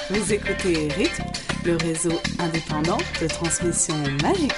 Vous écoutez Rythme, le réseau indépendant de transmission magique.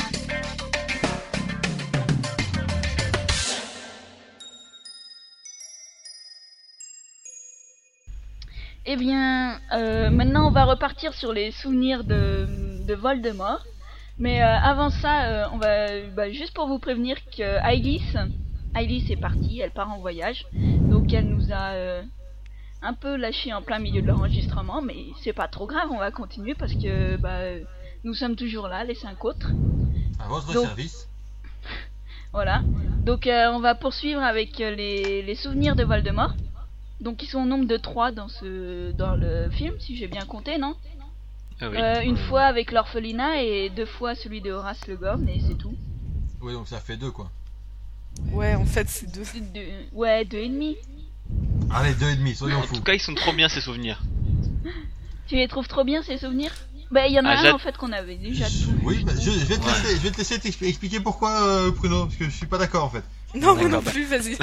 Eh bien, maintenant on va repartir sur les souvenirs de Voldemort. Mais avant ça, on va juste pour vous prévenir que Ailis est partie, elle part en voyage. Donc elle nous a un peu lâché en plein milieu de l'enregistrement, mais c'est pas trop grave, on va continuer parce que nous sommes toujours là, les 5 autres. À votre service. Voilà. Donc on va poursuivre avec les souvenirs de Voldemort. Donc ils sont au nombre de 3 dans le film, si j'ai bien compté, non ? Oui. Une fois avec l'orphelinat et 2 fois celui de Horace Le Gomme, et c'est tout. Oui, donc ça fait 2 quoi. Ouais, en fait c'est 2. Ouais, 2,5. Allez, 2,5, soyons En fous. tout cas, ils sont trop bien ces souvenirs. Tu les trouves trop bien ces souvenirs ? Bah il y en a un en fait qu'on avait déjà. Oui, je vais te laisser expliquer pourquoi Bruno, parce que je suis pas d'accord en fait. Non, moi non plus, vas-y.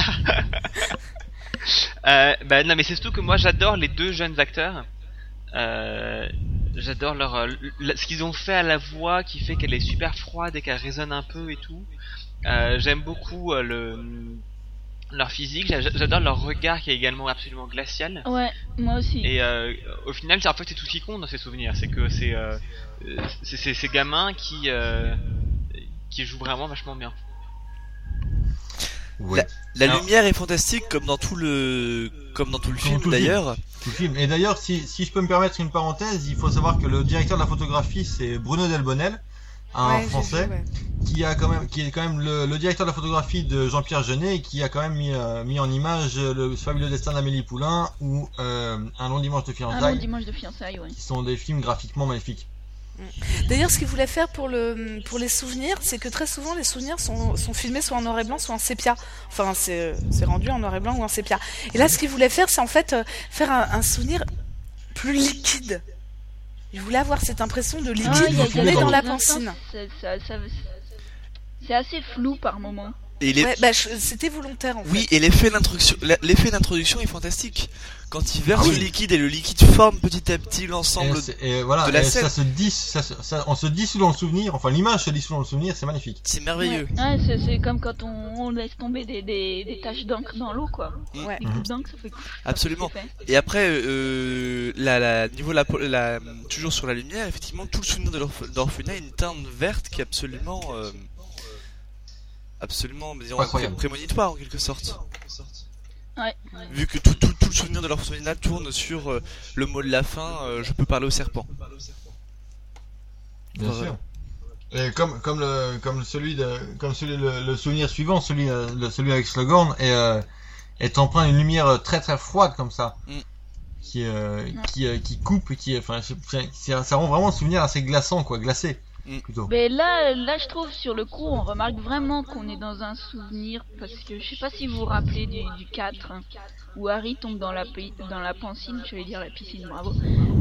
Non, mais c'est surtout que moi j'adore les 2 jeunes acteurs. J'adore ce qu'ils ont fait à la voix, qui fait qu'elle est super froide et qu'elle résonne un peu et tout. J'aime beaucoup leur physique, j'adore leur regard qui est également absolument glacial. Ouais, moi aussi. Et au final, en fait, c'est tout ce qui compte dans ces souvenirs, c'est que c'est ces gamins qui jouent vraiment vachement bien. Ouais. La lumière est fantastique comme dans tout le film d'ailleurs. Tout le film. Et d'ailleurs, si je peux me permettre une parenthèse, il faut savoir que le directeur de la photographie c'est Bruno Delbonnel, un Français, qui est quand même le directeur de la photographie de Jean-Pierre Jeunet et qui a quand même mis en image le fabuleux destin d'Amélie Poulain ou Un long dimanche de fiançailles. Un long dimanche de fiançailles, ouais. Qui sont des films graphiquement magnifiques. D'ailleurs, ce qu'il voulait faire pour les souvenirs, c'est que très souvent les souvenirs sont filmés soit en noir et blanc, soit en sépia. Enfin, c'est rendu en noir et blanc ou en sépia. Et là, ce qu'il voulait faire, c'est en fait faire un souvenir plus liquide. Il voulait avoir cette impression de liquide mais dans la pancine. C'est assez flou par moment. C'était volontaire en fait. Oui, et l'effet d'introduction est fantastique. Quand il verse le liquide et le liquide forme petit à petit l'ensemble de la scène. On se dissout dans le souvenir, enfin l'image se dissout dans le souvenir, c'est magnifique. C'est merveilleux. Ouais, c'est comme quand on laisse tomber des taches d'encre dans l'eau, quoi. Ouais. Des gouttes d'encre, ça fait. Absolument. Et après, toujours sur la lumière, effectivement, tout le souvenir de l'orphelinat a une teinte verte qui est absolument, disons, prémonitoire en quelque sorte. Ouais. Vu que tout le souvenir de l'orphelinat tourne sur le mot de la fin, je peux parler au serpent. Bien sûr. Et comme le souvenir suivant, celui avec Slughorn est empreint d'une lumière très très froide comme ça, qui coupe, ça rend vraiment un souvenir assez glaçant quoi, glacé. Plutôt. Mais là je trouve sur le coup on remarque vraiment qu'on est dans un souvenir parce que je sais pas si vous vous rappelez du 4 où Harry tombe dans la piscine, j'allais dire la piscine, bravo.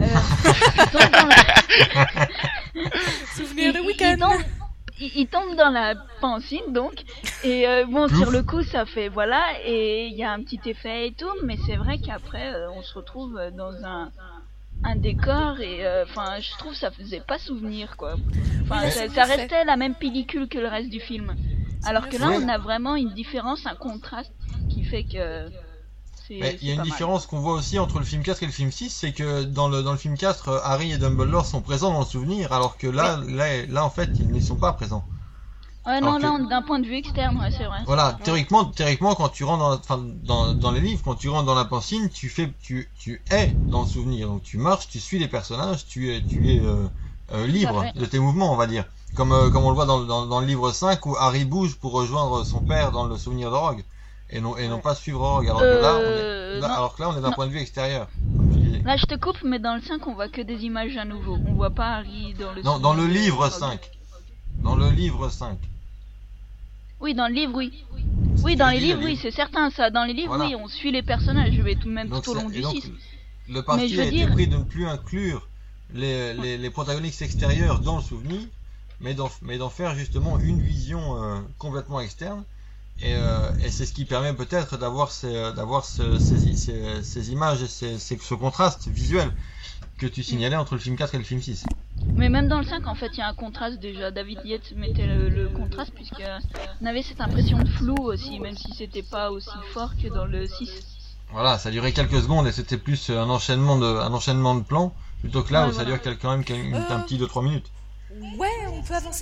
Souvenir de week-end. Il tombe dans la piscine donc et sur le coup ça fait voilà et il y a un petit effet et tout, mais c'est vrai qu'après on se retrouve dans un décor et je trouve ça faisait pas souvenir quoi. Ça restait la même pellicule que le reste du film. Alors que là on a vraiment une différence, un contraste qui fait que il y a une différence qu'on voit aussi entre le film 4 et le film 6, c'est que dans le film 4 Harry et Dumbledore sont présents dans le souvenir alors que là en fait ils n'y sont pas présents. Ouais, non, là, d'un point de vue externe, ouais, c'est vrai. Voilà, théoriquement, quand tu rentres dans les livres, quand tu rentres dans la piscine, tu es dans le souvenir. Donc, tu marches, tu suis les personnages, tu es libre de tes mouvements, on va dire. Comme on le voit dans le livre 5 où Harry bouge pour rejoindre son père dans le souvenir de Rogue. Et non pas suivre Rogue. Alors que là, on est d'un point de vue extérieur. Là, je te coupe, mais dans le 5, on voit que des images à nouveau. On voit pas Harry dans le dans le livre 5. Dans le livre 5. Oui, dans le livre, oui. Oui, dans les livres, oui, c'est certain, ça. Dans les livres, oui, on suit les personnages, je vais tout au long du 6. Le parti a été pris de ne plus inclure les protagonistes extérieurs dans le souvenir, mais d'en faire justement une vision complètement externe. Et c'est ce qui permet peut-être d'avoir ces images et ce contraste visuel. que tu signalais entre le film 4 et le film 6. Mais même dans le 5, en fait, il y a un contraste déjà. David Yates mettait le contraste, puisqu'on avait cette impression de flou aussi, même si c'était pas aussi fort que dans le 6. Voilà, ça durait quelques secondes et c'était plus un enchaînement de plans, plutôt que là où ça dure quand même un petit 2-3 minutes. Ouais, on peut avancer.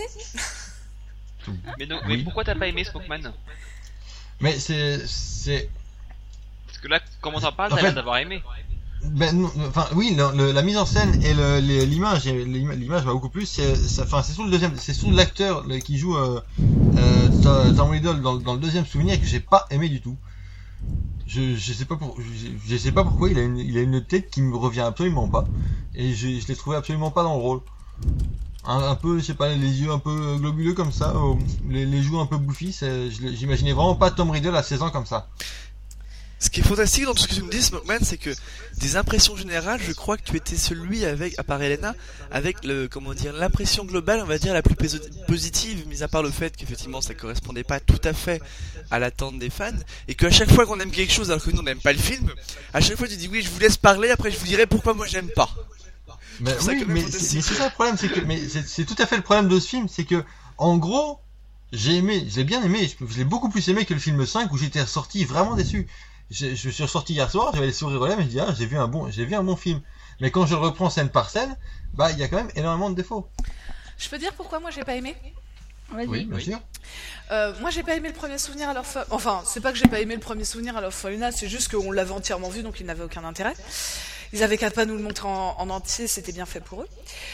Mais pourquoi t'as pas aimé Smokeman? Mais c'est... Parce que là, comment t'en parles, t'as l'air d'avoir aimé. Oui, la mise en scène et l'image m'a beaucoup plu. C'est sous l'acteur qui joue Tom Riddle dans le deuxième souvenir que j'ai pas aimé du tout. Je sais pas pourquoi il a une tête qui me revient absolument pas, et je l'ai trouvé absolument pas dans le rôle. Un peu, je sais pas, les yeux un peu globuleux comme ça, les joues un peu bouffies, j'imaginais vraiment pas Tom Riddle à 16 ans comme ça. Ce qui est fantastique dans tout ce que tu me dis, Smokeman, c'est que des impressions générales, je crois que tu étais celui à part Elena, avec l'impression globale, on va dire, la plus positive, mis à part le fait qu'effectivement ça correspondait pas tout à fait à l'attente des fans, et qu'à chaque fois qu'on aime quelque chose alors que nous on n'aime pas le film, à chaque fois tu dis oui, je vous laisse parler, après je vous dirai pourquoi moi j'aime pas. Mais c'est ça le problème, c'est tout à fait le problème de ce film, c'est que, en gros, je l'ai bien aimé, je l'ai beaucoup plus aimé que le film 5 où j'étais ressorti vraiment déçu. Je suis ressorti hier soir, j'avais les sourires aux lèvres et je dis j'ai vu un bon film. Mais quand je le reprends scène par scène, il y a quand même énormément de défauts. Je peux dire pourquoi moi j'ai pas aimé? Oui, bien sûr. Moi j'ai pas aimé le premier souvenir à l'orphelinat. Enfin, c'est pas que j'ai pas aimé le premier souvenir à l'orphelinat, c'est juste qu'on l'avait entièrement vu, donc il n'avait aucun intérêt. Ils avaient qu'à pas nous le montrer en entier, c'était bien fait pour eux.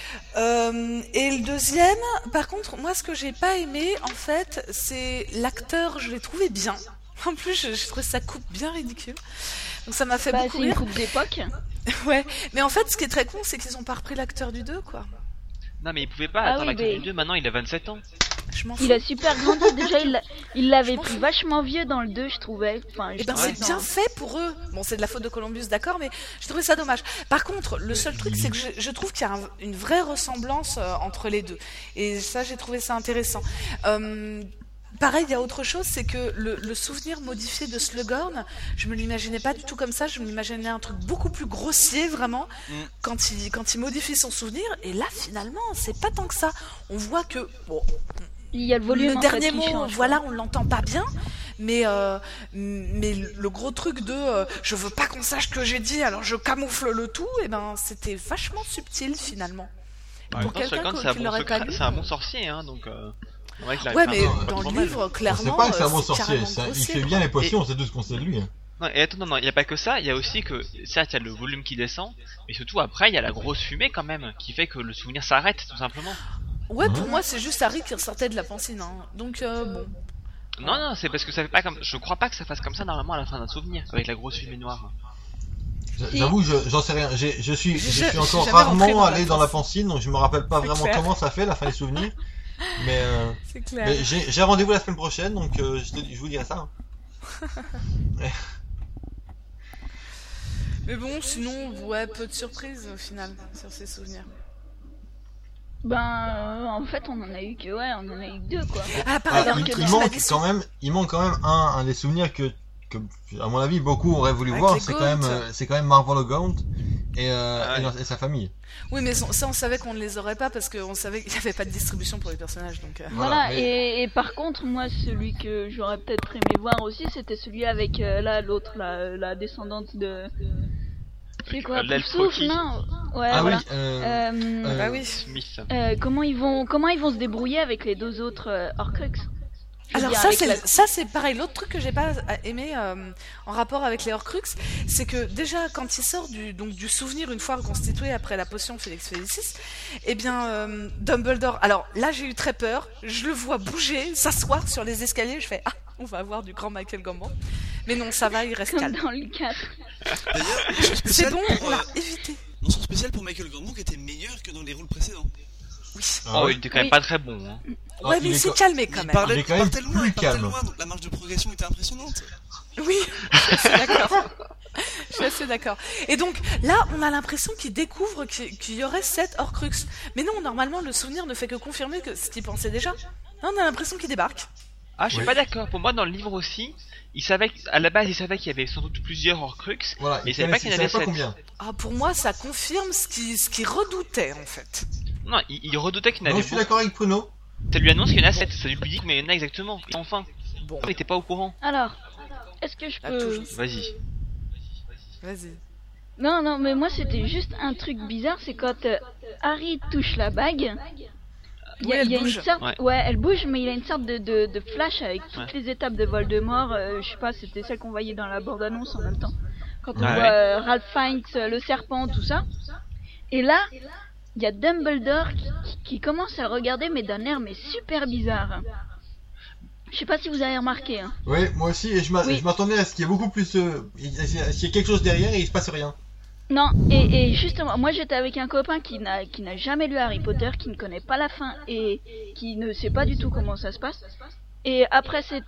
Et le deuxième, par contre, moi ce que j'ai pas aimé, en fait, c'est l'acteur, je l'ai trouvé bien. En plus, je trouvais sa coupe bien ridicule. Donc ça m'a fait beaucoup rire. C'est une coupe d'époque. Ouais, mais en fait, ce qui est très con, c'est qu'ils ont pas repris l'acteur du 2, quoi. Non, mais ils pouvaient pas attendre l'acteur du 2, maintenant il a 27 ans. Il a super grandi, déjà il l'avait pris vachement vieux dans le 2, je trouvais. C'est bien fait pour eux. Bon, c'est de la faute de Columbus, d'accord, mais je trouvais ça dommage. Par contre, le seul truc, c'est que je trouve qu'il y a une vraie ressemblance entre les deux. Et ça, j'ai trouvé ça intéressant. Pareil, il y a autre chose, c'est que le souvenir modifié de Slughorn, je me l'imaginais pas du tout comme ça, je m'imaginais un truc beaucoup plus grossier, vraiment, quand il modifie son souvenir, et là, finalement, c'est pas tant que ça. On voit que, bon, il y a le volume, le dernier mot, voilà, on l'entend pas bien, mais le gros truc de je veux pas qu'on sache que j'ai dit, alors je camoufle le tout, et ben, c'était vachement subtil, finalement. Pour quelqu'un qui l'aurait pas lu, c'est un bon sorcier, hein, donc... Ouais, mais dans le livre, clairement, c'est pas que c'est un bon sorcier, il fait bien les potions, c'est tout ce qu'on sait de lui. Non, et attends, non, il n'y a pas que ça, il y a aussi que, certes, il y a le volume qui descend, mais surtout après, il y a la grosse fumée quand même, qui fait que le souvenir s'arrête, tout simplement. Ouais, pour moi, c'est juste Harry qui ressortait de la pancine, hein. Donc, bon. Non, c'est parce que ça fait pas comme, je crois pas que ça fasse comme ça normalement à la fin d'un souvenir, avec la grosse fumée noire. J'avoue, j'en sais rien, je suis encore rarement allé dans la pancine, donc je me rappelle pas vraiment comment ça fait, la fin des souvenirs. Mais, c'est clair. Mais j'ai rendez-vous la semaine prochaine, donc je vous dirai ça. Hein. Mais bon, sinon, ouais, peu de surprises au final sur ces souvenirs. En fait, on en a eu deux, quoi. Il manque quand même un des souvenirs que à mon avis, beaucoup auraient voulu voir. C'est quand même Marvel Gaunt et sa famille. Oui, mais ça, on savait qu'on ne les aurait pas parce qu'on savait qu'il n'y avait pas de distribution pour les personnages. Donc, Voilà, et par contre, moi, celui que j'aurais peut-être aimé voir aussi, c'était celui avec l'autre, la descendante de... C'est quoi, Poufsouffle, non? Ouais, voilà. Oui. Smith. Comment ils vont se débrouiller avec les deux autres Horcruxes? Alors ça c'est pareil, l'autre truc que j'ai pas aimé en rapport avec les Horcruxes, c'est que déjà quand il sort du souvenir une fois reconstitué après la potion Felix Felicis, eh bien Dumbledore, alors là j'ai eu très peur, je le vois bouger, s'asseoir sur les escaliers, je fais on va avoir du grand Michael Gambon. Mais non, ça va, il reste calme. Dans le 4. D'ailleurs, c'est bon, on l'a évité. Mention spéciale pour Michael Gambon qui était meilleur que dans les rôles précédents. Oui. Il était quand même pas très bon. Hein. Ouais, mais il s'est calmé quand même. Il est quand même plus calme. Donc la marge de progression était impressionnante. Oui, je suis d'accord. Je suis assez d'accord. Et donc, là, on a l'impression qu'il découvre qu'il y aurait 7 Horcruxes. Mais non, normalement, le souvenir ne fait que confirmer ce qu'il pensait déjà. Là, on a l'impression qu'il débarque. Ah, je suis pas d'accord. Pour moi, dans le livre aussi, à la base, il savait qu'il y avait sans doute plusieurs Horcruxes, Voilà, mais il savait pas qu'il y en avait 7. combien. Ah, pour moi, ça confirme ce qu'il redoutait, en fait. Non, il redoutait qu'il y en Non, avait je suis d'accord avec Bruno. Ça lui annonce qu'il y en a 7, ça lui dit mais il y en a exactement. Et enfin, Bon, il était pas au courant. Alors, est-ce que je là, peux... toujours. Vas-y. Vas-y. Non, mais moi c'était juste un truc bizarre, c'est quand Harry touche la bague, il y a elle une bouge. sorte... Ouais. Ouais, elle bouge, mais il a une sorte de flash avec toutes Ouais. les étapes de Voldemort, je sais pas, c'était celle qu'on voyait dans la bande-annonce en même temps. Quand on Ouais. voit Ralph Fiennes, le serpent, tout ça. Et là, il y a Dumbledore qui commence à le regarder, mais d'un air mais super bizarre. Je sais pas si vous avez remarqué, hein. Oui, moi aussi, et je Oui. m'attendais à ce qu'il y ait beaucoup plus. S'il y a quelque chose derrière et il se passe rien. Non, et justement, moi j'étais avec un copain qui n'a jamais lu Harry Potter, qui ne connaît pas la fin et qui ne sait pas du tout comment ça se passe. Et après cette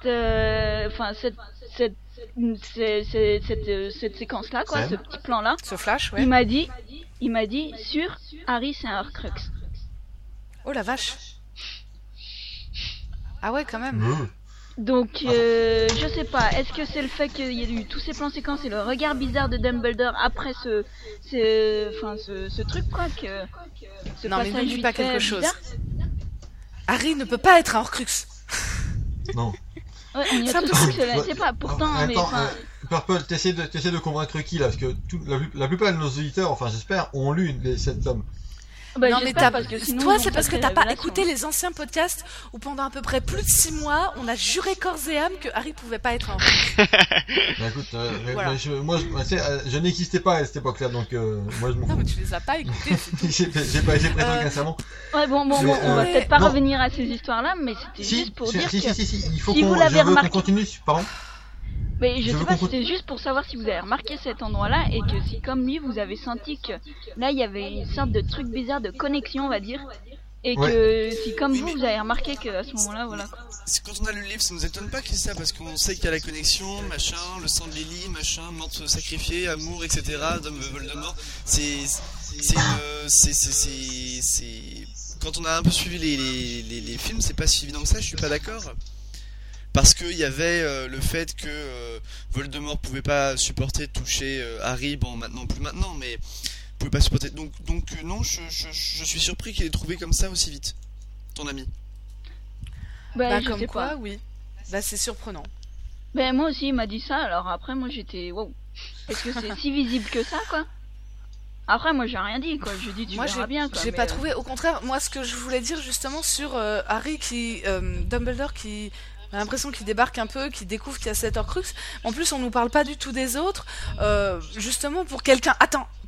séquence-là, quoi, Scène. ce petit plan-là, Ce flash, ouais. il m'a dit, sûr, Harry c'est un Horcrux. Oh la vache. Ah ouais, quand même. Donc, je sais pas, est-ce que c'est le fait qu'il y ait eu tous ces plans séquences et le regard bizarre de Dumbledore après ce truc, quoi, que ce Non, mais passage n'oublie pas vite fait quelque chose. bizarre. Harry ne peut pas être un Horcrux. Non. Ouais, on y C'est a tous impossible. cru que ça l'était pas, pourtant, mais Attends, enfin... Purple, t'essaies de convaincre qui là? Parce que la plupart de nos auditeurs, enfin j'espère, ont lu cette somme. Bah, non mais j'espère, t'as... parce que sinon, toi ils c'est ont parce pas que fait t'as pas révélation. écouté les anciens podcasts où pendant à peu près plus de 6 mois on a juré corps et âme que Harry pouvait pas être un Horcrux. Bah écoute, Voilà. mais je n'existais pas à cette époque-là, donc moi je m'en Non fous. mais tu les as pas écoutés, c'est tout. J'ai pris un truc récemment. Ouais, bon, Mais, on va ouais, peut-être pas non. revenir à ces histoires-là, mais c'était Si, juste pour dire que... il faut si vous qu'on, l'avez je veux qu'on remarqué- continue, pardon. Mais je Je sais veux pas, qu'on- c'était juste pour savoir si vous avez remarqué cet endroit-là et que si, comme lui, vous avez senti que là, il y avait une sorte de truc bizarre de connexion, on va dire, et que si, comme Oui, vous, mais- vous avez remarqué qu'à ce moment-là, voilà. Quand on a le livre, ça nous étonne pas qu'il y ait ça, parce qu'on sait qu'il y a la connexion, machin, le sang de Lily, machin, morte sacrifiée, amour, etc. D'homme Voldemort. Quand on a un peu suivi les films, c'est pas si évident que ça, je suis pas d'accord. Parce qu'il y avait le fait que Voldemort pouvait pas supporter de toucher Harry, bon maintenant plus maintenant, mais pouvait pas supporter. Donc non, je suis surpris qu'il ait trouvé comme ça aussi vite, ton ami. Bah je comme sais quoi, pas. oui. Bah c'est surprenant. Ben moi aussi, il m'a dit ça, alors après, moi j'étais wow. Est-ce que c'est si visible que ça, quoi? Après, moi j'ai rien dit, quoi. Je dis, tu Moi verras bien, quoi. j'ai mais, pas trouvé, au contraire, moi ce que je voulais dire justement sur Harry Dumbledore qui a l'impression qu'il débarque un peu, qu'il découvre qu'il y a cet Horcrux. En plus on nous parle pas du tout des autres, justement pour quelqu'un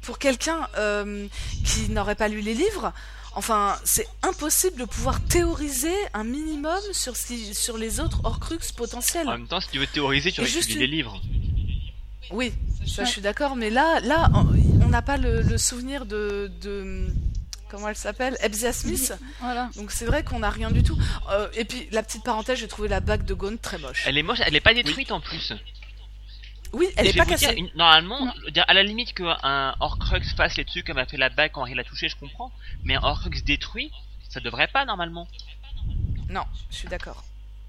qui n'aurait pas lu les livres. Enfin, c'est impossible de pouvoir théoriser un minimum sur les autres Horcrux potentiels. En même temps, si tu veux théoriser, tu Et aurais juste étudié les livres. Oui, ça je suis d'accord, mais là on n'a pas le souvenir de comment elle s'appelle, Ebzia Smith. Voilà. Donc c'est vrai qu'on n'a rien du tout. Et puis la petite parenthèse, j'ai trouvé la bague de Gaunt très moche. Elle est moche, elle est pas détruite en plus. Oui, elle Et est je pas vais vous dire, cassée. normalement, Non. je veux dire, à la limite qu'un Horcrux fasse les trucs comme a fait la bague quand Harry l'a touché, je comprends. Mais un Horcrux détruit, ça devrait pas normalement. Non, je suis d'accord.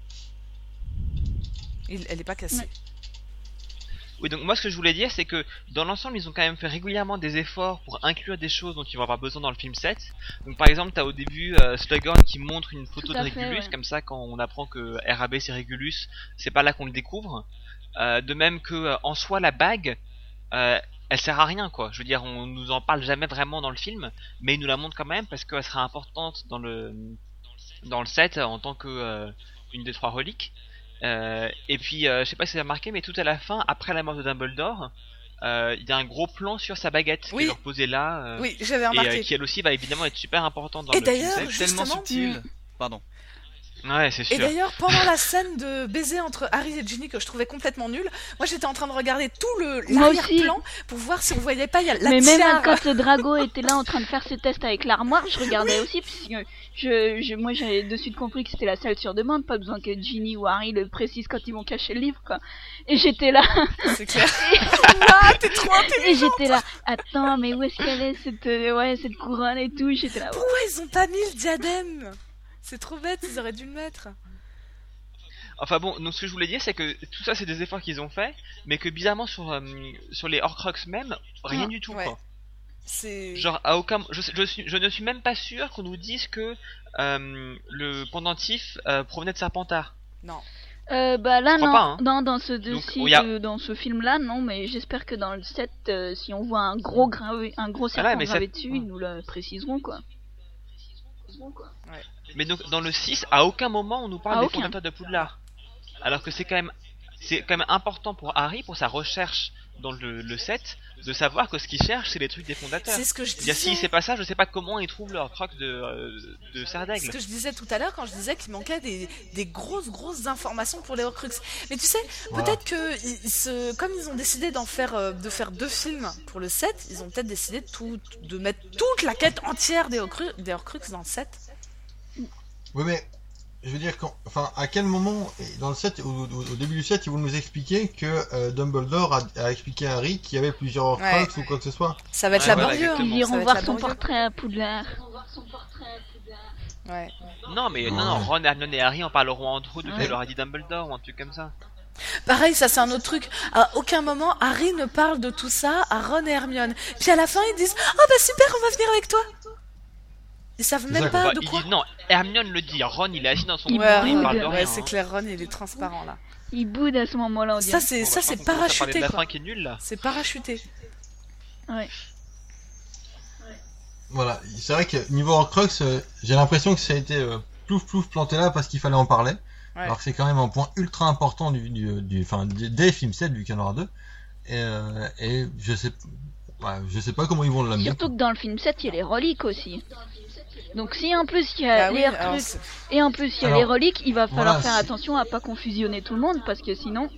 Elle est pas cassée. Ouais. Oui, donc moi ce que je voulais dire, c'est que dans l'ensemble, ils ont quand même fait régulièrement des efforts pour inclure des choses dont ils vont avoir besoin dans le film 7. Donc par exemple, t'as au début Slughorn qui montre une photo Tout de à fait, Régulus, ouais. comme ça quand on apprend que RAB c'est Régulus, c'est pas là qu'on le découvre. De même que en soi la bague, elle sert à rien quoi. Je veux dire, on nous en parle jamais vraiment dans le film, mais ils nous la montrent quand même parce qu'elle sera importante dans le 7 en tant que une des 3 reliques. Et puis je sais pas si vous avez remarqué, mais tout à la fin, après la mort de Dumbledore, il y a un gros plan sur sa baguette qui Oui. est leur posée là, Oui, j'avais et remarqué. qui elle aussi va évidemment être super importante dans Et le film d'ailleurs, 7. Tellement justement, subtil. Pardon. Ouais, c'est Et sûr. d'ailleurs, pendant la scène de baiser entre Harry et Ginny que je trouvais complètement nulle, moi j'étais en train de regarder tout Moi aussi. l'arrière-plan pour voir si on voyait pas il y a la Mais même tiare. quand Drago était là en train de faire ses tests avec l'armoire, je regardais aussi, puisque moi j'avais de suite compris que c'était la salle sur demande, pas besoin que Ginny ou Harry le précisent quand ils vont cacher le livre, quoi. Et j'étais là, C'est clair. Ah, t'es trop intelligent. et j'étais là, attends, mais où est-ce qu'elle est cette couronne et tout, j'étais là, Pourquoi ils ont pas mis le diadème? C'est trop bête, ils auraient dû le mettre. Enfin bon, donc ce que je voulais dire, c'est que tout ça, c'est des efforts qu'ils ont fait, mais que bizarrement sur les Horcruxes même, rien du tout, ouais. quoi. C'est... Genre à aucun, je ne suis même pas sûr qu'on nous dise que le pendentif provenait de Serpentard. Non. Bah là Je crois non, pas, hein. dans ce dossier, Donc, y a- dans ce film-là non, mais j'espère que dans le 7, si on voit un gros serpent mais gravé ça- dessus, ils nous le préciseront quoi. Mais donc dans le 6, à aucun moment on nous parle À des aucun. fondateurs de Poudlard. Alors que c'est quand même important pour Harry, pour sa recherche dans le 7, de savoir que ce qu'il cherche c'est les trucs des fondateurs. C'est ce que je C'est-à-dire disais. s'il sait pas ça, je sais pas comment ils trouvent leur croc de Ce Serdaigle. que je disais tout à l'heure quand je disais qu'il manquait des grosses informations pour les Horcruxes. Mais tu sais, Voilà. peut-être que comme ils ont décidé de faire 2 films pour le 7, ils ont peut-être décidé de mettre toute la quête entière des Horcruxes dans le 7. Oui, mais je veux dire, à quel moment, dans le 7, au début du 7, ils vont nous expliquer que Dumbledore a expliqué à Harry qu'il y avait plusieurs Horcruxes ou quoi que ce soit. Ça va être Ouais, voilà, laborieux. exactement. Ils Ça va iront être voir son laborieux. portrait à Poudlard. Ouais. Non, mais non, Ron, Hermione et Harry en parleront entre eux de ce que leur a dit Dumbledore ou un truc comme ça. Pareil, ça c'est un autre truc. À aucun moment, Harry ne parle de tout ça à Ron et Hermione. Puis à la fin, ils disent « Oh bah super, on va venir avec toi !» Ils savent C'est même ça, pas Enfin, de ils quoi. disent non, Hermione le dit, Ron il est assis dans son Il coin, Ouais, il boude. parle de rien. ouais, c'est hein. clair, Ron il est transparent là. Il boude à ce moment-là, on Ça dirait. c'est Bon, bah, je crois qu'on commence à parler parachuté de la quoi. fin qui est nulle là. C'est parachuté. Ouais. Voilà, c'est vrai que niveau Horcrux, j'ai l'impression que ça a été plouf planté là parce qu'il fallait en parler. Ouais. Alors que c'est quand même un point ultra important des films 7 vu qu'il y en aura 2. Et je sais pas comment ils vont l'amener. Surtout que dans le film 7, il y a les reliques aussi. Donc si en plus il y a Ah oui, les alors, trucs c'est- et en plus il y a Alors, les reliques, il va falloir voilà, faire c'est- attention à pas confusionner tout le monde parce que sinon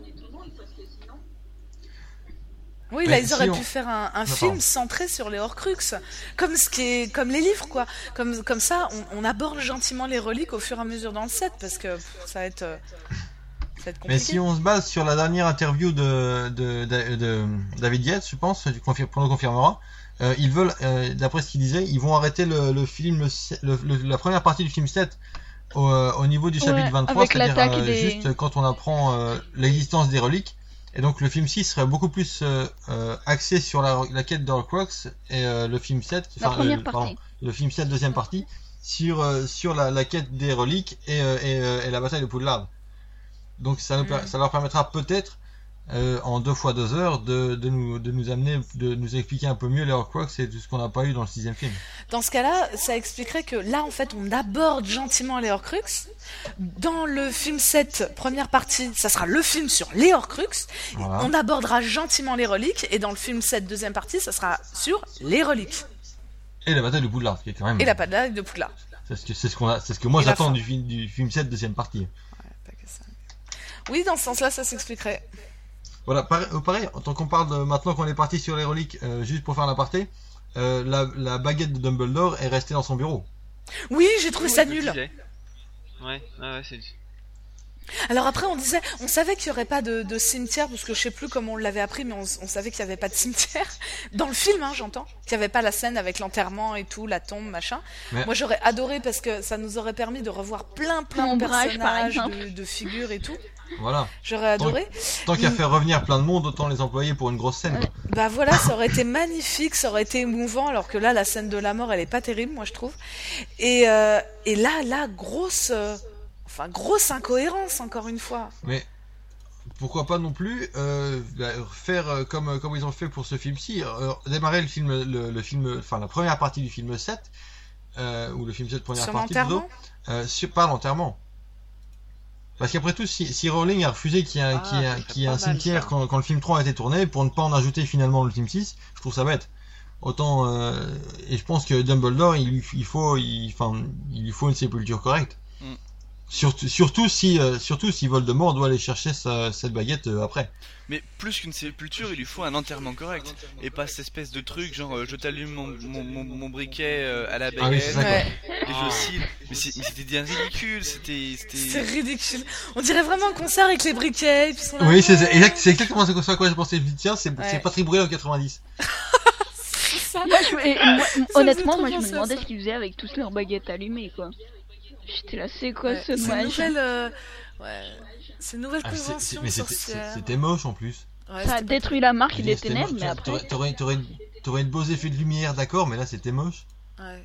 Oui, Mais là ils si auraient on- pu faire un Non, film pardon. centré sur les Horcruxes, comme les livres quoi. Comme ça, on aborde gentiment les reliques au fur et à mesure dans le set parce que ça va être compliqué. Mais si on se base sur la dernière interview de David Yates, je pense, pour nous confirmera, ils veulent, d'après ce qu'il disait, ils vont arrêter le film, la première partie du film 7 au niveau du chapitre Ouais, 23, avec c'est-à-dire l'attaque des- juste quand on apprend l'existence des reliques. Et donc le film 6 serait beaucoup plus axé sur la quête d'Horcrux et le film 7, la première partie. pardon, le film 7 deuxième partie sur la quête des reliques et la bataille de Poudlard. Donc ça leur permettra peut-être en 2 fois 2 heures de nous amener, de nous expliquer un peu mieux les Horcruxes et tout ce qu'on n'a pas eu dans le 6e film. Dans ce cas-là, ça expliquerait que là, en fait, on aborde gentiment les Horcruxes. Dans le film 7, première partie, ça sera le film sur les Horcruxes. Voilà. On abordera gentiment les reliques. Et dans le film 7, deuxième partie, ça sera sur les reliques. Et la bataille de Poudlard, qui est quand même. Et la bataille de Poudlard. C'est ce que moi Et la j'attends fin. du film 7 deuxième partie. Ouais, pas que ça. Oui, dans ce sens-là, ça s'expliquerait. Voilà, pareil, tant qu'on parle maintenant qu'on est parti sur les reliques, juste pour faire l'aparté, la baguette de Dumbledore est restée dans son bureau. Oui, j'ai trouvé ça Je me nul. disais. Ouais, c'est. Alors après, on savait qu'il y aurait pas de cimetière, parce que je sais plus comment on l'avait appris, mais on savait qu'il y avait pas de cimetière. Dans le film, hein, j'entends. Qu'il y avait pas la scène avec l'enterrement et tout, la tombe, machin. Mais- Moi, j'aurais adoré parce que ça nous aurait permis de revoir plein de Ombrage, par personnages, exemple. de figures et tout. Voilà. J'aurais adoré. Tant qu'à faire revenir plein de monde, autant les employer pour une grosse scène. quoi. Bah voilà, ça aurait été magnifique, ça aurait été émouvant, alors que là, la scène de la mort, elle est pas terrible, moi, je trouve. Et là, grosse incohérence, encore une fois. Mais pourquoi pas non plus faire comme ils ont fait pour ce film-ci, démarrer le film, enfin la première partie du film 7, ou le film 7 première Sur partie l'enterrement par l'enterrement. Parce qu'après tout, si Rowling a refusé qu'il y ait un pas mal, cimetière ça. quand le film 3 a été tourné, pour ne pas en ajouter finalement le film 6, je trouve ça bête. Autant, et je pense que Dumbledore, il lui faut une sépulture correcte. Mm. Surtout si Voldemort doit aller chercher cette baguette après. Mais plus qu'une sépulture, il lui faut un enterrement correct. Et pas cette espèce de truc genre je t'allume mon briquet à la baguette Ah oui, c'est ça, quoi. Ouais, et je cille. Mais c'était bien ridicule, c'est ridicule. On dirait vraiment un concert avec les briquets, et puis ils sont là, Oui, c'est ouais, exactement ce à quoi je pensais. Je me dis, tiens, c'est Ouais. Patrick Bruel en 90. c'est ça. Moi, honnêtement, trop moi je me penser à demandais ça. ce qu'ils faisaient avec tous leurs baguettes allumées quoi. J'étais là, c'est quoi ce C'est une dommage? nouvelle, c'est une nouvelle Ah, convention mais sorcière. c'était moche en plus. Ouais, Ça a c'était détruit la marque Je veux des dire, c'était ténèbres, moche. mais après... T'aurais de beaux effets de lumière, d'accord, mais là c'était moche. pas- ouais.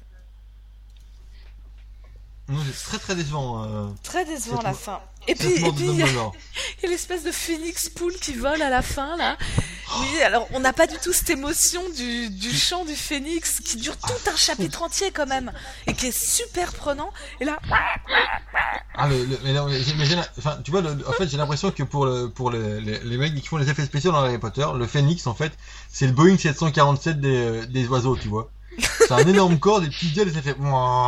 Non, c'est très très décevant. Très décevant Cette la mo- fin. Et Cette puis mort de il y a Dumbledore. l'espèce de phénix poule qui vole à la fin là. Oui, alors on n'a pas du tout cette émotion du chant du phénix qui dure tout un chapitre entier quand même et qui est super prenant. Et là, Ah, mais non, enfin, tu vois, en fait, j'ai l'impression que pour les mecs qui font les effets spéciaux dans Harry Potter, le Phénix, en fait, c'est le Boeing 747 des oiseaux, tu vois. C'est un énorme corps, des petits ailes, et ça fait...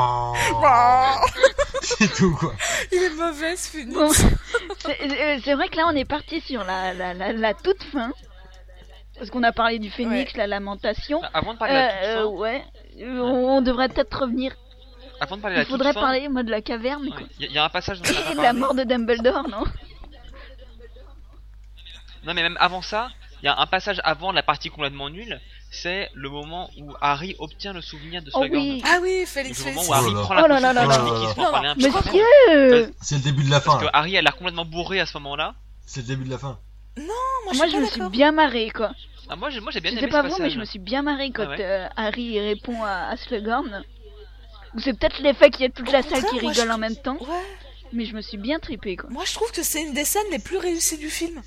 C'est tout, quoi. il est mauvais ce phénix. Bon, c'est vrai que là on est parti sur la toute fin. Parce qu'on a parlé du phénix, la lamentation. Avant de parler de la toute fin, Ouais, on devrait peut-être revenir. avant de parler de Il la faudrait toute fin, parler, moi, de la caverne, quoi. il y a un passage dont on n'a pas Et de la parlé. mort de Dumbledore, non? Non, mais même avant ça, il y a un passage avant la partie complètement nulle. C'est le moment où Harry obtient le souvenir de Oh Slughorn. oui. Ah oui, Félix, Le moment Félix. où Harry Oh là. prend la Oh là là potion là là. Félix, Oh qui là en parlait un petit peu. Monsieur! C'est le début de la fin. Parce que là. Harry a l'air complètement bourré à ce moment-là. C'est le début de la fin. Moi, je me suis bien marré, quoi. Ah, moi j'ai bien Je aimé sais ce pas vous, passage. mais je me suis bien marré quand Ah ouais. Harry il répond à Slughorn. Ou c'est peut-être l'effet qu'il y a toute la salle qui contraire, moi, rigole je- en même temps. Ouais. Mais je me suis bien trippé, quoi. Moi je trouve que c'est une des scènes les plus réussies du film.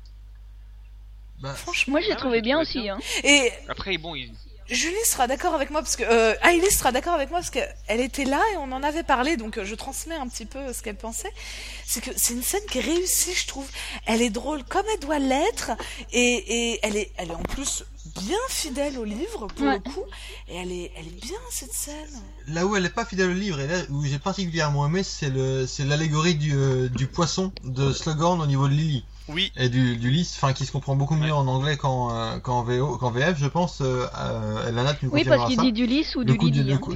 Bah, Franchement. Moi, j'ai Ah ouais, trouvé j'ai bien trouvé aussi, bien. hein. Et Après, bon, Julie sera d'accord avec moi parce que Hailey sera d'accord avec moi parce qu'elle était là et on en avait parlé, donc je transmets un petit peu ce qu'elle pensait. C'est que c'est une scène qui est réussie, je trouve. Elle est drôle comme elle doit l'être et elle est en plus bien fidèle au livre pour Ouais. le coup. Et elle est bien cette scène. là où elle est pas fidèle au livre et là où j'ai particulièrement aimé, c'est l'allégorie du poisson de Slughorn au niveau de Lily. oui, Et du lys, enfin qui se comprend beaucoup mieux Ouais. en anglais qu'en VF, je pense. Lana, tu me Oui, parce confirmeras qu'il ça. dit du lys ou Le du coup Lily. le hein. coup-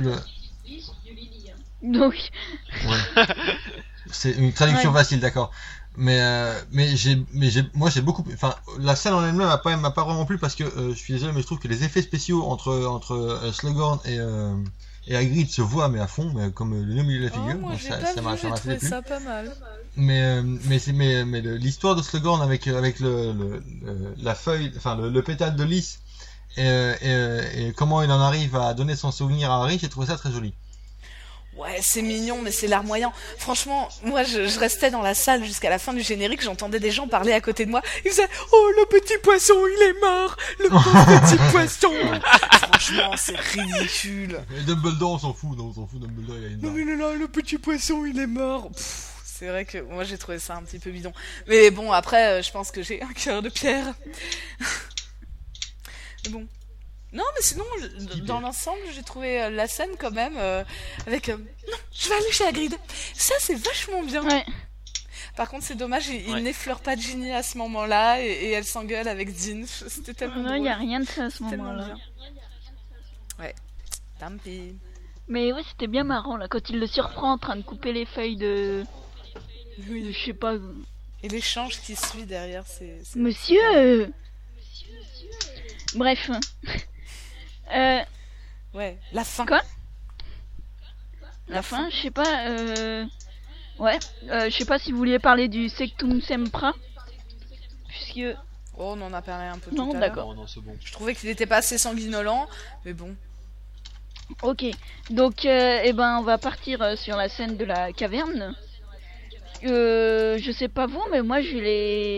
Donc, ouais. C'est une traduction Ouais. facile, d'accord. Mais moi j'ai beaucoup, enfin la scène en elle-même m'a pas vraiment plu parce que je suis désolé, mais je trouve que les effets spéciaux entre Slughorn et Hagrid se voient mais à fond, mais comme le nez au milieu de la Oh, figure. moi Donc j'ai ça pas m'a vu, j'ai fait trouvé déplu. ça pas mal. Mais l'histoire de Slughorn avec la feuille, enfin le pétale de lys et comment il en arrive à donner son souvenir à Harry, j'ai trouvé ça très joli. Ouais, c'est mignon, mais c'est larmoyant. Franchement, moi, je restais dans la salle jusqu'à la fin du générique, j'entendais des gens parler à côté de moi. Ils faisaient « Oh, le petit poisson, il est mort! Le pauvre petit poisson !» Franchement, c'est ridicule. Et Dumbledore, on s'en fout, non, on s'en fout, Dumbledore, il a une Non barbe. mais là, le petit poisson, il est mort. Pff, c'est vrai que moi, j'ai trouvé ça un petit peu bidon. Mais bon, après, je pense que j'ai un cœur de pierre. Mais bon. Non, mais sinon, dans l'ensemble, j'ai trouvé la scène quand même avec... non, je vais aller chez Hagrid. Ça, c'est vachement bien. ouais. Par contre, c'est dommage, il Ouais. n'effleure pas Ginny à ce moment-là et elle s'engueule avec Dean. C'était tellement Non, il drôle. n'y a rien de ça à ce Tellement moment-là. bien. Ouais. Tant pis. Mais ouais, c'était bien marrant, là, quand il le surprend en train de couper les feuilles de Oui. je sais pas... Et l'échange qui suit derrière, c'est... Monsieur Bref. Ouais, la fin. Quoi La fin, je sais pas... Ouais, je sais pas si vous vouliez parler du Sectum Sempra. Puisque... Oh, on en a parlé un peu Non, tout à l'heure. d'accord. non, c'est bon. Je trouvais qu'il était pas assez sanguinolent, mais bon. Ok, donc eh ben on va partir sur la scène de la caverne. Je sais pas vous, mais moi je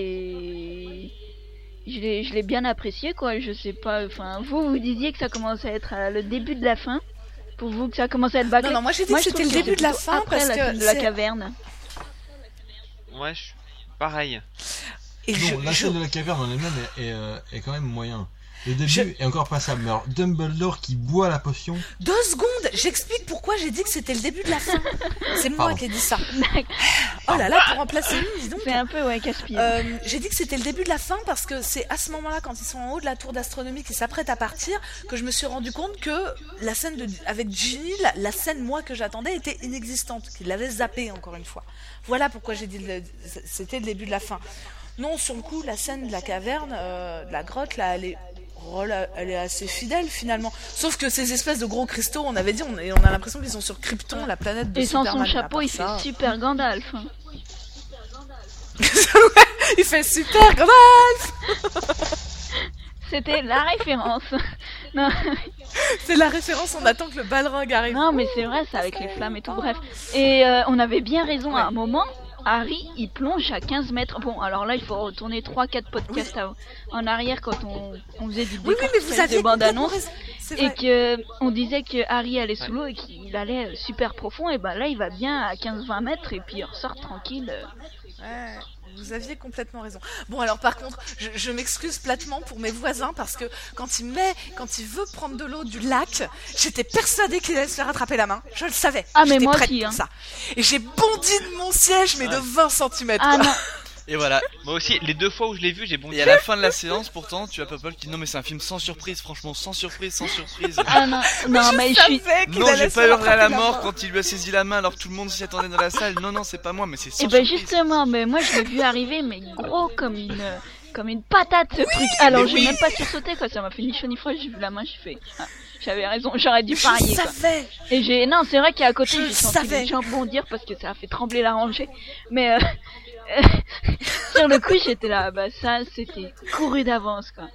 l'ai bien apprécié quoi. Je sais pas, enfin vous disiez que ça commençait à être le début de la fin. Pour vous que ça commençait à être bâclé. Non, moi j'ai dit Moi, que je c'était trouve le que début de la plutôt fin après parce la que scène de la c'est- caverne. Ouais, pareil. Et Non, la scène de la caverne en elle-même est quand même moyen. Le début est encore passable, mais alors Dumbledore qui boit la potion, 2 secondes, j'explique pourquoi j'ai dit que c'était le début de la fin. C'est moi Pardon. qui ai dit ça. Oh là là, pour remplacer lui, dis donc. C'est un peu ouais casse-pied. J'ai dit que c'était le début de la fin parce que c'est à ce moment-là, quand ils sont en haut de la tour d'astronomie qui s'apprêtent à partir, que je me suis rendu compte que la scène avec Ginny, la scène moi que j'attendais était inexistante, qu'il l'avait zappée encore une fois. Voilà pourquoi j'ai dit c'était le début de la fin. Non, sur le coup, la scène de la caverne, de la grotte, là, elle est rôle, elle est assez fidèle finalement. Sauf que ces espèces de gros cristaux, on avait dit, on a l'impression qu'ils sont sur Krypton, la planète de Et sans Superman. son chapeau, il fait super Gandalf. Hein. Il fait super Gandalf. C'était la référence. Non. C'est la référence, on attend que le Balrog arrive. Non, mais c'est vrai, c'est avec les flammes et tout, bref. Et on avait bien raison à un moment. Harry, il plonge à 15 mètres. Bon, alors là, il faut retourner 3-4 podcasts en arrière quand on faisait du décortiquage de bande-annonce. Et que on disait que Harry allait sous l'eau et qu'il allait super profond. Et ben là, il va bien à 15-20 mètres et puis il ressort tranquille. Ouais. Vous aviez complètement raison. Bon, alors par contre, je m'excuse platement pour mes voisins parce que quand il veut prendre de l'eau du lac, j'étais persuadée qu'il allait se faire attraper la main. Je le savais. Ah, mais j'étais moi prête aussi. pour ça. Et j'ai bondi de mon siège, mais de 20 cm. Ah non. Et voilà. Moi aussi, les 2 fois où je l'ai vu, j'ai bondi. Et à la fin de la séance, pourtant, tu as Popol qui dit non mais c'est un film sans surprise, franchement sans surprise. Ah non, non mais je suis... Non, j'ai pas hurlé à la mort quand il lui a saisi la main alors que tout le monde s'y attendait dans la salle. Non, c'est pas moi, mais c'est sans surprise. Et ben justement, mais moi je l'ai vu arriver, mais gros comme une patate ce truc. Alors j'ai même pas sursauté quoi, ça m'a fait ni chaud ni froid, j'ai vu la main, j'ai fait... Ah, j'avais raison, j'aurais dû parier quoi. Et non, c'est vrai qu'à côté j'ai senti les gens bondir parce que ça a fait trembler la rangée. Mais sur le coup j'étais là, bah ça c'était couru d'avance quoi.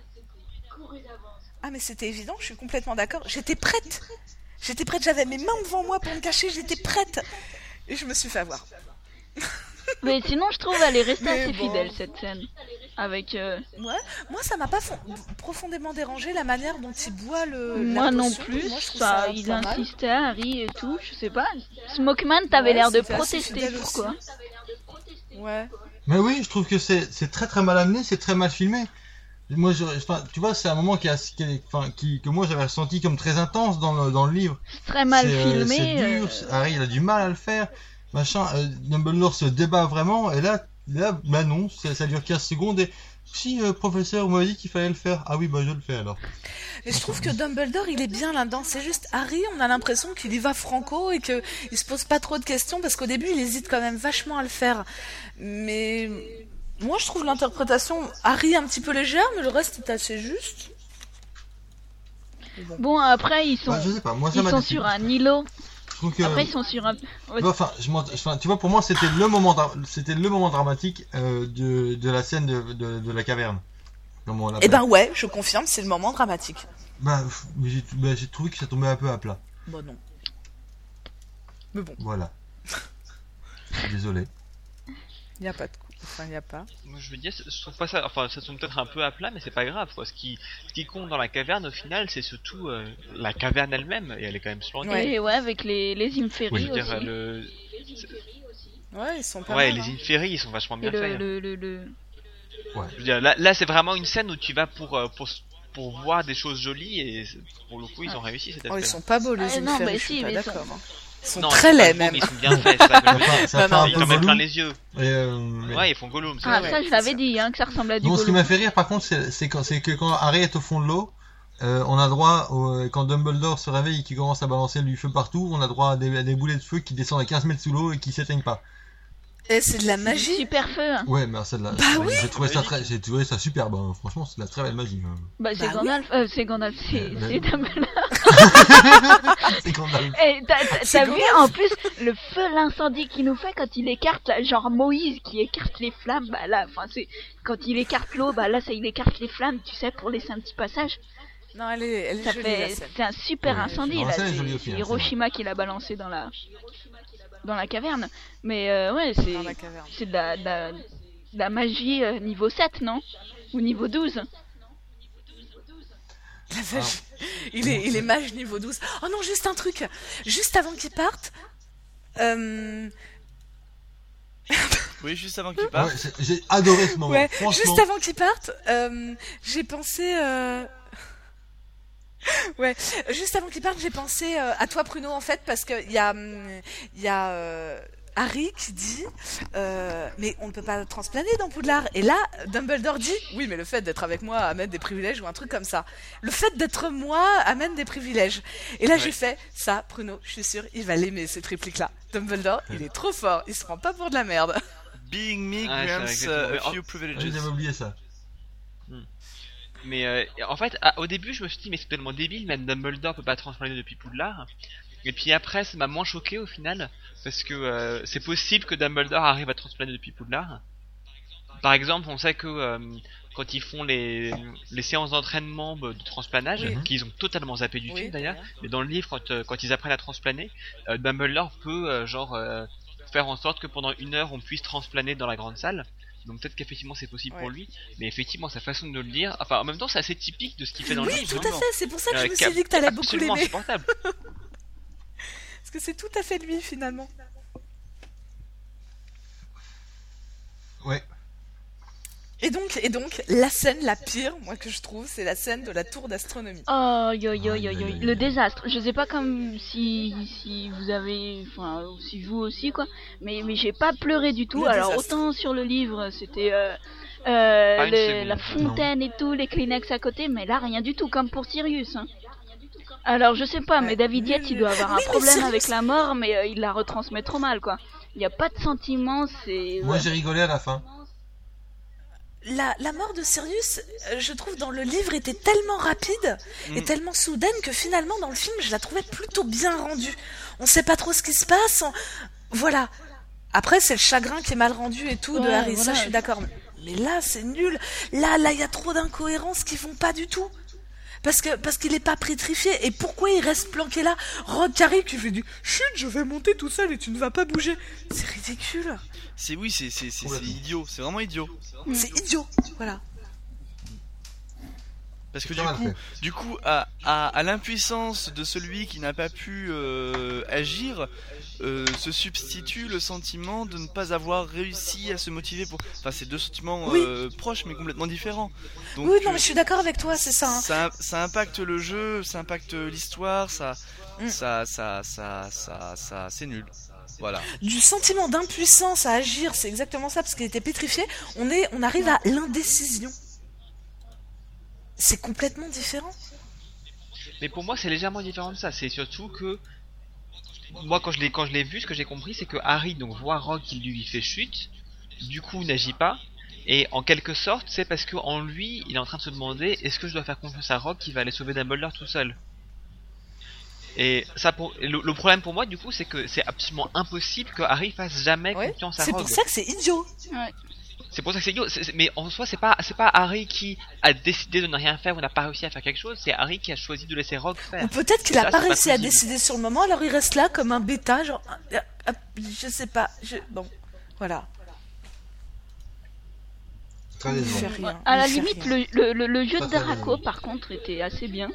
Ah mais c'était évident, je suis complètement d'accord. J'étais prête, j'avais mes mains devant moi pour me cacher, j'étais prête. Et je me suis fait avoir. Mais sinon je trouve elle est restée assez fidèle cette scène. Avec Ouais, moi ça m'a pas profondément dérangé la manière dont il boit moi non plus, moi, ça il insistait Harry et tout, je sais pas. Smokeman t'avais l'air de protester, pourquoi? Ouais. Mais oui, je trouve que c'est très très mal amené, c'est très mal filmé. Moi, tu vois, c'est un moment que moi j'avais ressenti comme très intense dans le livre. Très mal filmé. C'est dur, Harry il a du mal à le faire. Machin, Dumbledore se débat vraiment, et là, bah non, ça dure 15 secondes, et si, professeur, vous m'avez dit qu'il fallait le faire. Ah oui, bah je le fais alors. Mais je trouve que Dumbledore, il est bien là-dedans. C'est juste Harry, on a l'impression qu'il y va franco et qu'il se pose pas trop de questions, parce qu'au début, il hésite quand même vachement à le faire. Mais moi, je trouve l'interprétation Harry un petit peu légère, mais le reste est assez juste. Bon, après, ils sont, je sais pas, moi, ils sont sur un îlot. Après ils sont sur un... tu vois, pour moi c'était le moment dramatique de la scène de la caverne. Eh ben ouais, je confirme, c'est le moment dramatique. J'ai trouvé que ça tombait un peu à plat. Bon non. Mais bon. Voilà. Désolé. Il y a pas de coup. Enfin, il y a pas. Moi, je veux dire, je trouve pas ça. Enfin, ça tombe peut-être un peu à plat, mais c'est pas grave. Quoi. Ce qui compte dans la caverne, au final, c'est surtout la caverne elle-même, et elle est quand même splendide. Ouais, avec les Inferi aussi. Ouais, ils sont pas mal. Ouais, mal, les Inferi, ils sont vachement bien faits. Ouais. Je veux dire, là, c'est vraiment une scène où tu vas pour voir des choses jolies, et pour le coup, ils ont réussi cette ils sont pas beaux les Inferi. Non, je suis pas d'accord. Ils sont non, très laids même. Mais ils sont bien faits, c'est ça que je veux dire. Ça fait un Ils peu t'en mettent Gollum. plein les yeux. Mais... Ouais, ils font Gollum. Ah, ça je l'avais dit, que ça ressemble à du Non, Gollum. ce qui m'a fait rire par contre, c'est que quand Harry est au fond de l'eau, on a droit, quand Dumbledore se réveille et qu'il commence à balancer du feu partout, on a droit à des boulets de feu qui descendent à 15 mètres sous l'eau et qui s'éteignent pas. Et c'est de la magie. Super feu. Hein. Ouais, mais c'est de la. Oui. J'ai trouvé ça superbe. Hein. Franchement, c'est de la très belle magie. Hein. Bah c'est Gandalf. C'est Gandalf. C'est Dumbledore. C'est Gandalf. Et t'as vu en plus le feu, l'incendie qu'il nous fait quand il écarte, genre Moïse qui écarte les flammes. Bah là, enfin c'est quand il écarte l'eau, bah là ça il écarte les flammes, tu sais, pour laisser un petit passage. Non, elle est jolie. C'est un super incendie là. C'est aussi, Hiroshima qui l'a balancé dans la caverne. Mais ouais, c'est de la magie niveau 7, non? Ou niveau 12? La vache. Il est mage niveau 12. Oh non, juste un truc. Juste avant qu'il parte. Oui, juste avant qu'il parte. Ouais, j'ai adoré ce moment. Ouais, franchement. juste avant qu'il parte, j'ai pensé. Ouais, juste avant qu'il parte, j'ai pensé à toi, Pruno, en fait, parce que il y a Harry qui dit mais on ne peut pas transplaner dans Poudlard. Et là, Dumbledore dit oui, mais le fait d'être avec moi amène des privilèges ou un truc comme ça. Le fait d'être moi amène des privilèges. Et là, j'ai fait ça, Pruno, je suis sûre, il va l'aimer, cette réplique-là. Dumbledore, il est trop fort, il se prend pas pour de la merde. Being me grants a few privileges. J'avais oublié ça. Mais en fait, au début, je me suis dit, mais c'est tellement débile, même Dumbledore peut pas transplaner depuis Poudlard. Et puis après, ça m'a moins choqué au final, parce que c'est possible que Dumbledore arrive à transplaner depuis Poudlard. Par exemple, on sait que quand ils font les séances d'entraînement de transplanage, qu'ils ont totalement zappé du film d'ailleurs, mais dans le livre, quand ils apprennent à transplaner, Dumbledore peut faire en sorte que pendant 1 heure, on puisse transplaner dans la grande salle. Donc peut-être qu'effectivement c'est possible pour lui, mais effectivement sa façon de le dire, enfin en même temps c'est assez typique de ce qu'il fait dans le livre. Oui, tout à fait, c'est pour ça que je me suis dit que t'allais beaucoup l'aimer. Insupportable. Parce que c'est tout à fait lui finalement. Ouais. Et donc, la scène la pire, moi que je trouve, c'est la scène de la tour d'astronomie. Oh, le désastre. Je sais pas comme si vous avez, enfin, si vous aussi quoi, mais j'ai pas pleuré du tout. Alors autant sur le livre, c'était la fontaine et tout, les Kleenex à côté, mais là rien du tout, comme pour Sirius. Hein. Alors je sais pas, mais David Yates il doit avoir un problème avec la mort, mais il la retransmet trop mal quoi. Il y a pas de sentiment, c'est. Moi j'ai rigolé à la fin. La mort de Sirius, je trouve dans le livre était tellement rapide et tellement soudaine que finalement dans le film je la trouvais plutôt bien rendue. On sait pas trop ce qui se passe, voilà. Après c'est le chagrin qui est mal rendu et tout de Harry, voilà. Ça je suis d'accord. Mais là c'est nul. Là il y a trop d'incohérences qui vont pas du tout. Parce qu'il est pas pétrifié. Et pourquoi il reste planqué là? Rogue Harry qui fait du chut, je vais monter tout seul et tu ne vas pas bouger. C'est ridicule. C'est idiot, c'est vraiment idiot. C'est idiot, voilà. Parce que du coup, à l'impuissance de celui qui n'a pas pu agir, se substitue le sentiment de ne pas avoir réussi à se motiver pour. Enfin, c'est deux sentiments proches mais complètement différents. Donc, oui, non, mais je suis d'accord avec toi, c'est ça. Hein. Ça impacte le jeu, ça impacte l'histoire, ça, c'est nul. Voilà. Du sentiment d'impuissance à agir, c'est exactement ça, parce qu'il était pétrifié. On arrive à l'indécision. C'est complètement différent. Mais pour moi, c'est légèrement différent de ça. C'est surtout que moi, quand je l'ai vu, ce que j'ai compris, c'est que Harry donc voit Rogue qui lui fait chute, du coup n'agit pas, et en quelque sorte, c'est parce que en lui, il est en train de se demander est-ce que je dois faire confiance à Rogue qui va aller sauver Dumbledore tout seul. Et ça, le problème pour moi, du coup, c'est que c'est absolument impossible que Harry fasse jamais confiance à Rogue. C'est pour ça que c'est idiot. Ouais. C'est pour ça que c'est idiot. Mais en soi, c'est pas Harry qui a décidé de ne rien faire ou n'a pas réussi à faire quelque chose. C'est Harry qui a choisi de laisser Rogue faire. Ou peut-être qu'il a pas réussi à décider sur le moment, alors il reste là comme un bêta, genre, je sais pas. Bon, voilà. Rien. À la limite, le jeu de Draco, par contre, était assez bien.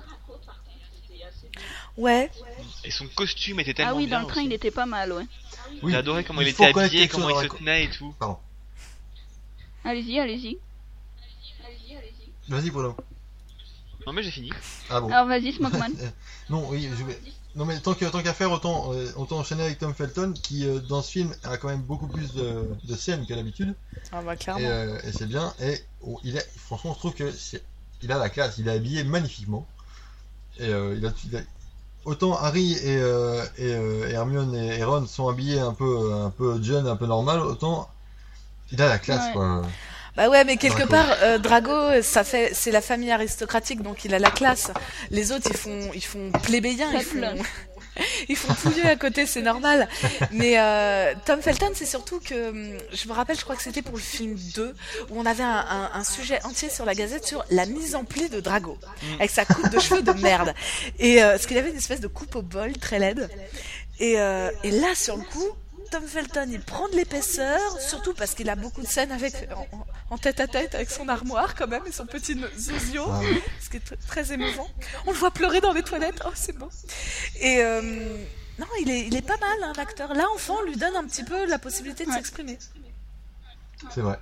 Ouais. Et son costume était tellement bien. Ah oui, dans le train, aussi. il était pas mal, ouais. Oui, j'ai adoré comment il était habillé, comment il se tenait et tout. Pardon. Allez-y. Vas-y, Polo. Non mais j'ai fini. Ah bon. Alors vas-y, Smokeman. Non, oui, non mais tant qu'à faire, autant enchaîner avec Tom Felton qui dans ce film a quand même beaucoup plus de scènes qu'à l'habitude. Ah bah clairement. Et c'est bien. Et franchement, je trouve que il a la classe. Il est habillé magnifiquement. Et autant Harry et Hermione et Ron sont habillés un peu jeune, un peu normal, autant il a la classe quoi. Bah ouais, mais quelque part Drago, c'est la famille aristocratique, donc il a la classe. Les autres ils font plébéien, ils font pouilleux à côté, c'est normal. Mais Tom Felton, c'est surtout que je me rappelle, je crois que c'était pour le film 2 où on avait un sujet entier sur la Gazette sur la mise en pli de Drago avec sa coupe de cheveux de merde. Et parce qu'il avait une espèce de coupe au bol très laide. Et là sur le coup, Tom Felton, il prend de l'épaisseur, surtout parce qu'il a beaucoup de scènes en tête à tête avec son armoire quand même et son petit zozio, ce qui est très émouvant. On le voit pleurer dans les toilettes, oh c'est beau. Et non, il est pas mal hein, l'acteur. Là, enfin, on lui donne un petit peu la possibilité de s'exprimer. C'est vrai.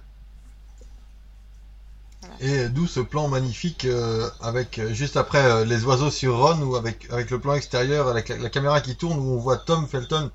Voilà. Et d'où ce plan magnifique avec juste après les oiseaux sur Ron ou avec le plan extérieur, avec la caméra qui tourne où on voit Tom Felton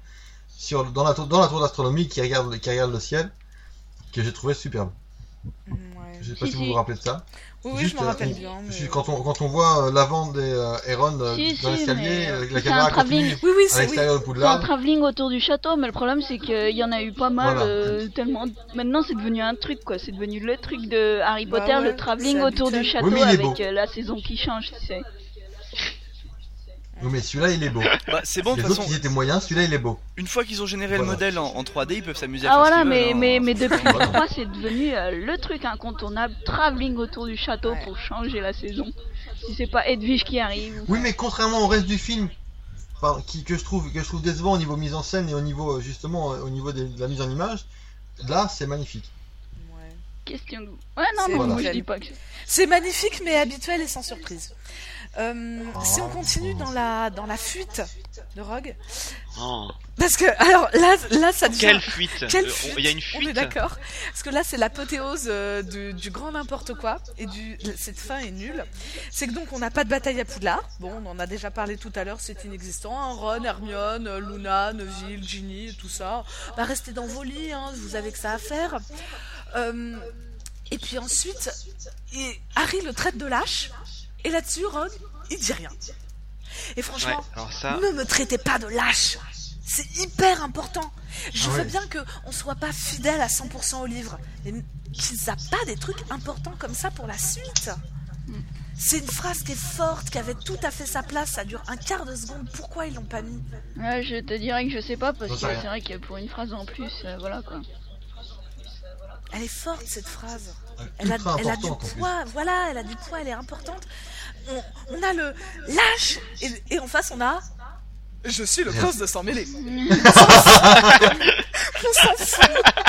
dans la tour d'astronomie qui regarde le ciel, que j'ai trouvé superbe. Ouais. Je sais pas Si, si si. vous vous rappelez de ça. Oui, Juste, je me rappelle bien. mais- Quand on voit Lavande et Aaron Si, dans l'escalier, mais, la c'est caméra un travelling. continue Oui, à c'est oui. l'extérieur de C'est un Poudlard. travelling autour du château, mais le problème c'est qu'il y en a eu pas mal, Voilà. tellement. Maintenant c'est devenu un truc quoi, c'est devenu le truc de Harry Bah Potter, ouais, le travelling c'est autour du habituel. château Oui, mais il est avec beau. la saison qui change, tu sais. Oui, mais celui-là, il est beau. Bah, c'est bon, de Les toute autres, façon, ils étaient moyens, celui-là, il est beau. une fois qu'ils ont généré le Voilà. modèle en 3D, ils peuvent s'amuser à Ah faire voilà, ce qu'ils veulent, hein. mais depuis Voilà. le 3 c'est devenu le truc incontournable, travelling autour du château Ouais. pour changer la saison. Si c'est pas Edwige qui arrive. Oui, mais contrairement au reste du film, que je trouve décevant au niveau mise en scène et au niveau, justement, au niveau de la mise en image, là, c'est magnifique. Ouais. Question de goût. Ouais, non, C'est non, moi je habituel. dis pas que. C'est magnifique, mais habituel et sans surprise. Si on continue dans la fuite de Rogue, Oh. parce que alors là ça devient Quelle fuite Quelle Il y a une On est fuite. d'accord. Parce que là, c'est l'apothéose du grand n'importe quoi. Et cette fin est nulle. C'est que donc, on n'a pas de bataille à Poudlard. Bon, on en a déjà parlé tout à l'heure, c'est inexistant. Hein. Ron, Hermione, Luna, Neville, Ginny, tout ça. Bah, restez dans vos lits, hein, vous avez que ça à faire. Et puis ensuite, Harry le traite de lâche. Et là-dessus, Ron, il dit rien. Et Ouais, franchement, alors ça. ne me traitez pas de lâche. C'est hyper important. Je Ah veux ouais. bien qu'on soit pas fidèle à 100% au livre, mais qu'ils zappent pas des trucs importants comme ça pour la suite. C'est une phrase qui est forte, qui avait tout à fait sa place, ça dure un quart de seconde. Pourquoi ils l'ont pas mis? Ouais, je te dirais que je sais pas, parce J'en que sais rien. c'est vrai que pour une phrase en plus, voilà quoi. Elle est forte cette phrase. Ultra Elle a du importante, en plus. poids, voilà, elle a du poids, elle est importante. On a le lâche, et en face on a... Je suis le prince de sang mêlé. On s'en fout.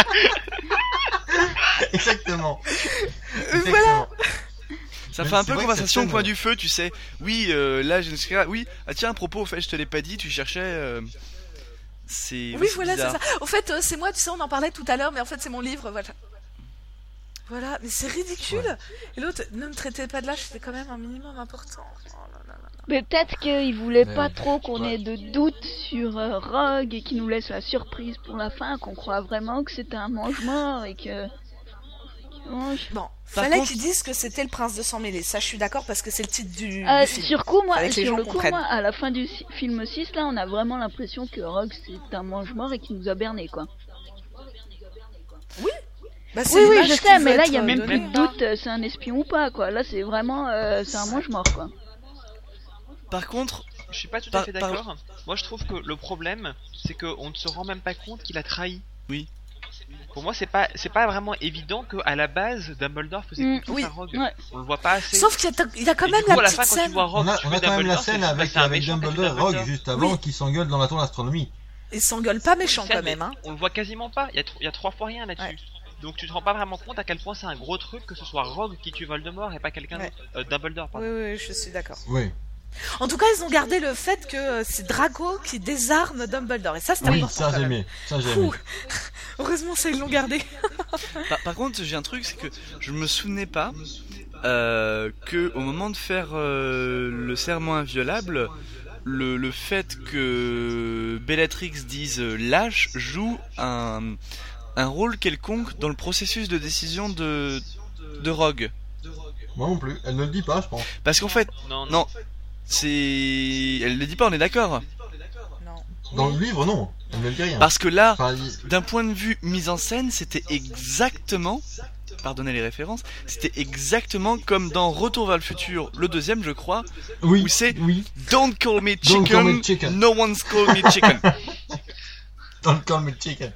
Exactement. Voilà. Ça Mais fait un c'est peu vrai que conversation cette au coin scène, du feu, tu sais. Oui, là, je ne sais pas. Oui, ah tiens, à propos, au fait, je te l'ai pas dit, tu cherchais. C'est. Oui, voilà, c'est bizarre. ça. Au fait, c'est moi, tu sais, on en parlait tout à l'heure, mais en fait, c'est mon livre, voilà. Voilà, mais c'est ridicule. Ouais. Et l'autre, ne me traitez pas de lâche, c'était quand même un minimum important. Oh là là là. Mais peut-être qu'il voulait Mais pas oui. trop qu'on Ouais. ait de doutes sur Rogue et qu'il nous laisse la surprise pour la fin, qu'on croit vraiment que c'était un mange-mort et que. Bon, Bon, Par fallait contre- qu'ils disent que c'était le prince de sang mêlé. Ça, je suis d'accord parce que c'est le titre du film. sur coup, moi, Fallait que les sur gens le coup, comprennent. moi, à la fin du film 6, là, on a vraiment l'impression que Rogue c'est un mange-mort et qu'il nous a berné quoi. Bah, c'est Oui, oui, l'image je qui sais, veut mais là, être il y a même donnée, plus de hein. doute, c'est un espion ou pas quoi. Là, c'est vraiment, c'est un mange-mort quoi. Par contre, Je suis pas tout à Par- fait d'accord. Moi, je trouve que le problème, c'est qu'on ne se rend même pas compte qu'il a trahi. Oui. Pour moi, c'est pas vraiment évident qu'à la base, Dumbledore faisait Mm, confiance oui. à Rogue. Ouais. On le voit pas assez. Sauf qu'il y a quand Et même du coup, la à la petite fin, quand tu scène. vois Rogue On a tuer quand même la Dumbledore, scène c'est avec c'est un avec méchant Dumbledore et avec Rogue Dumbledore. juste avant Oui. qui s'engueulent dans la tour d'astronomie. Ils s'engueulent pas méchants Ça, quand mais même, hein. On le voit quasiment pas. Il y a 3 fois rien là-dessus. Ouais. Donc tu te rends pas vraiment compte à quel point c'est un gros truc que ce soit Rogue qui tue Voldemort et pas quelqu'un Ouais. d'autre. Dumbledore, pardon. Oui, oui, je suis d'accord. Oui. En tout cas, ils ont gardé le fait que c'est Drago qui désarme Dumbledore. Et ça, c'est Oui, important. ça quand j'ai même. aimé. Ça j'ai aimé. Ouh. Heureusement, ça, ils l'ont gardé. par contre, j'ai un truc, c'est que je me souvenais pas que au moment de faire le serment inviolable, le fait que Bellatrix dise lâche joue un rôle quelconque dans le processus de décision de Rogue. Moi non plus. Elle ne le dit pas, je pense. Parce qu'en fait, non, c'est, elle le dit pas, on est d'accord. Non. Dans le livre, non. Elle ne le dit rien. Parce que là, Enfin, d'un point de vue mise en scène, c'était exactement, pardonnez les références, c'était exactement comme dans Retour vers le futur, le deuxième, je crois, oui. où c'est Oui. Don't call me Don't call me chicken, chicken. no one's called me chicken. Don't call me chicken.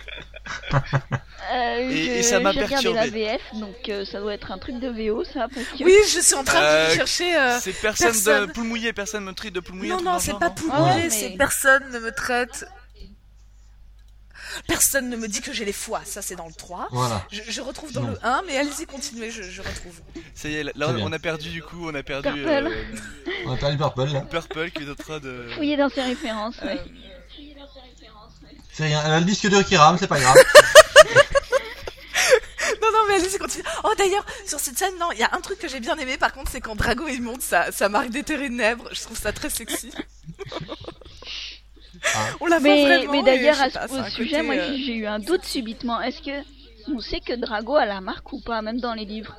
Et ça m'a J'ai regardé la perturbé. VF, donc ça doit être un truc de VO ça, parce que... Oui, je suis en train de chercher. C'est personne personne. de poule mouillée, personne me traite de poule mouillée. Non, tout non, dans le c'est genre, pas non. poule Ah ouais, mouillée, mais- c'est personne ne me traite. Personne ne me dit que j'ai les foies. Ça, c'est dans le 3. Voilà. Je retrouve dans Non. le 1, mais allez-y, continuez, je retrouve. Ça y est, là Très bien. on a perdu du coup, on a perdu Purple. On a perdu Purple là. Purple qui est en train de... Fouiller dans ses références, ouais. C'est rien. Elle a le disque dur qui rame, c'est pas grave. Non, non, mais allez-y, continuez. Oh, d'ailleurs, sur cette scène, non, il y a un truc que j'ai bien aimé, par contre, c'est quand Drago, il monte sa marque des ténèbres. Je trouve ça très sexy. Ah. On la voit Mais vraiment. d'ailleurs, et je sais à pas, c'est un ce sujet, côté, moi j'ai eu un doute subitement. Est-ce que on sait que Drago a la marque ou pas, même dans les livres.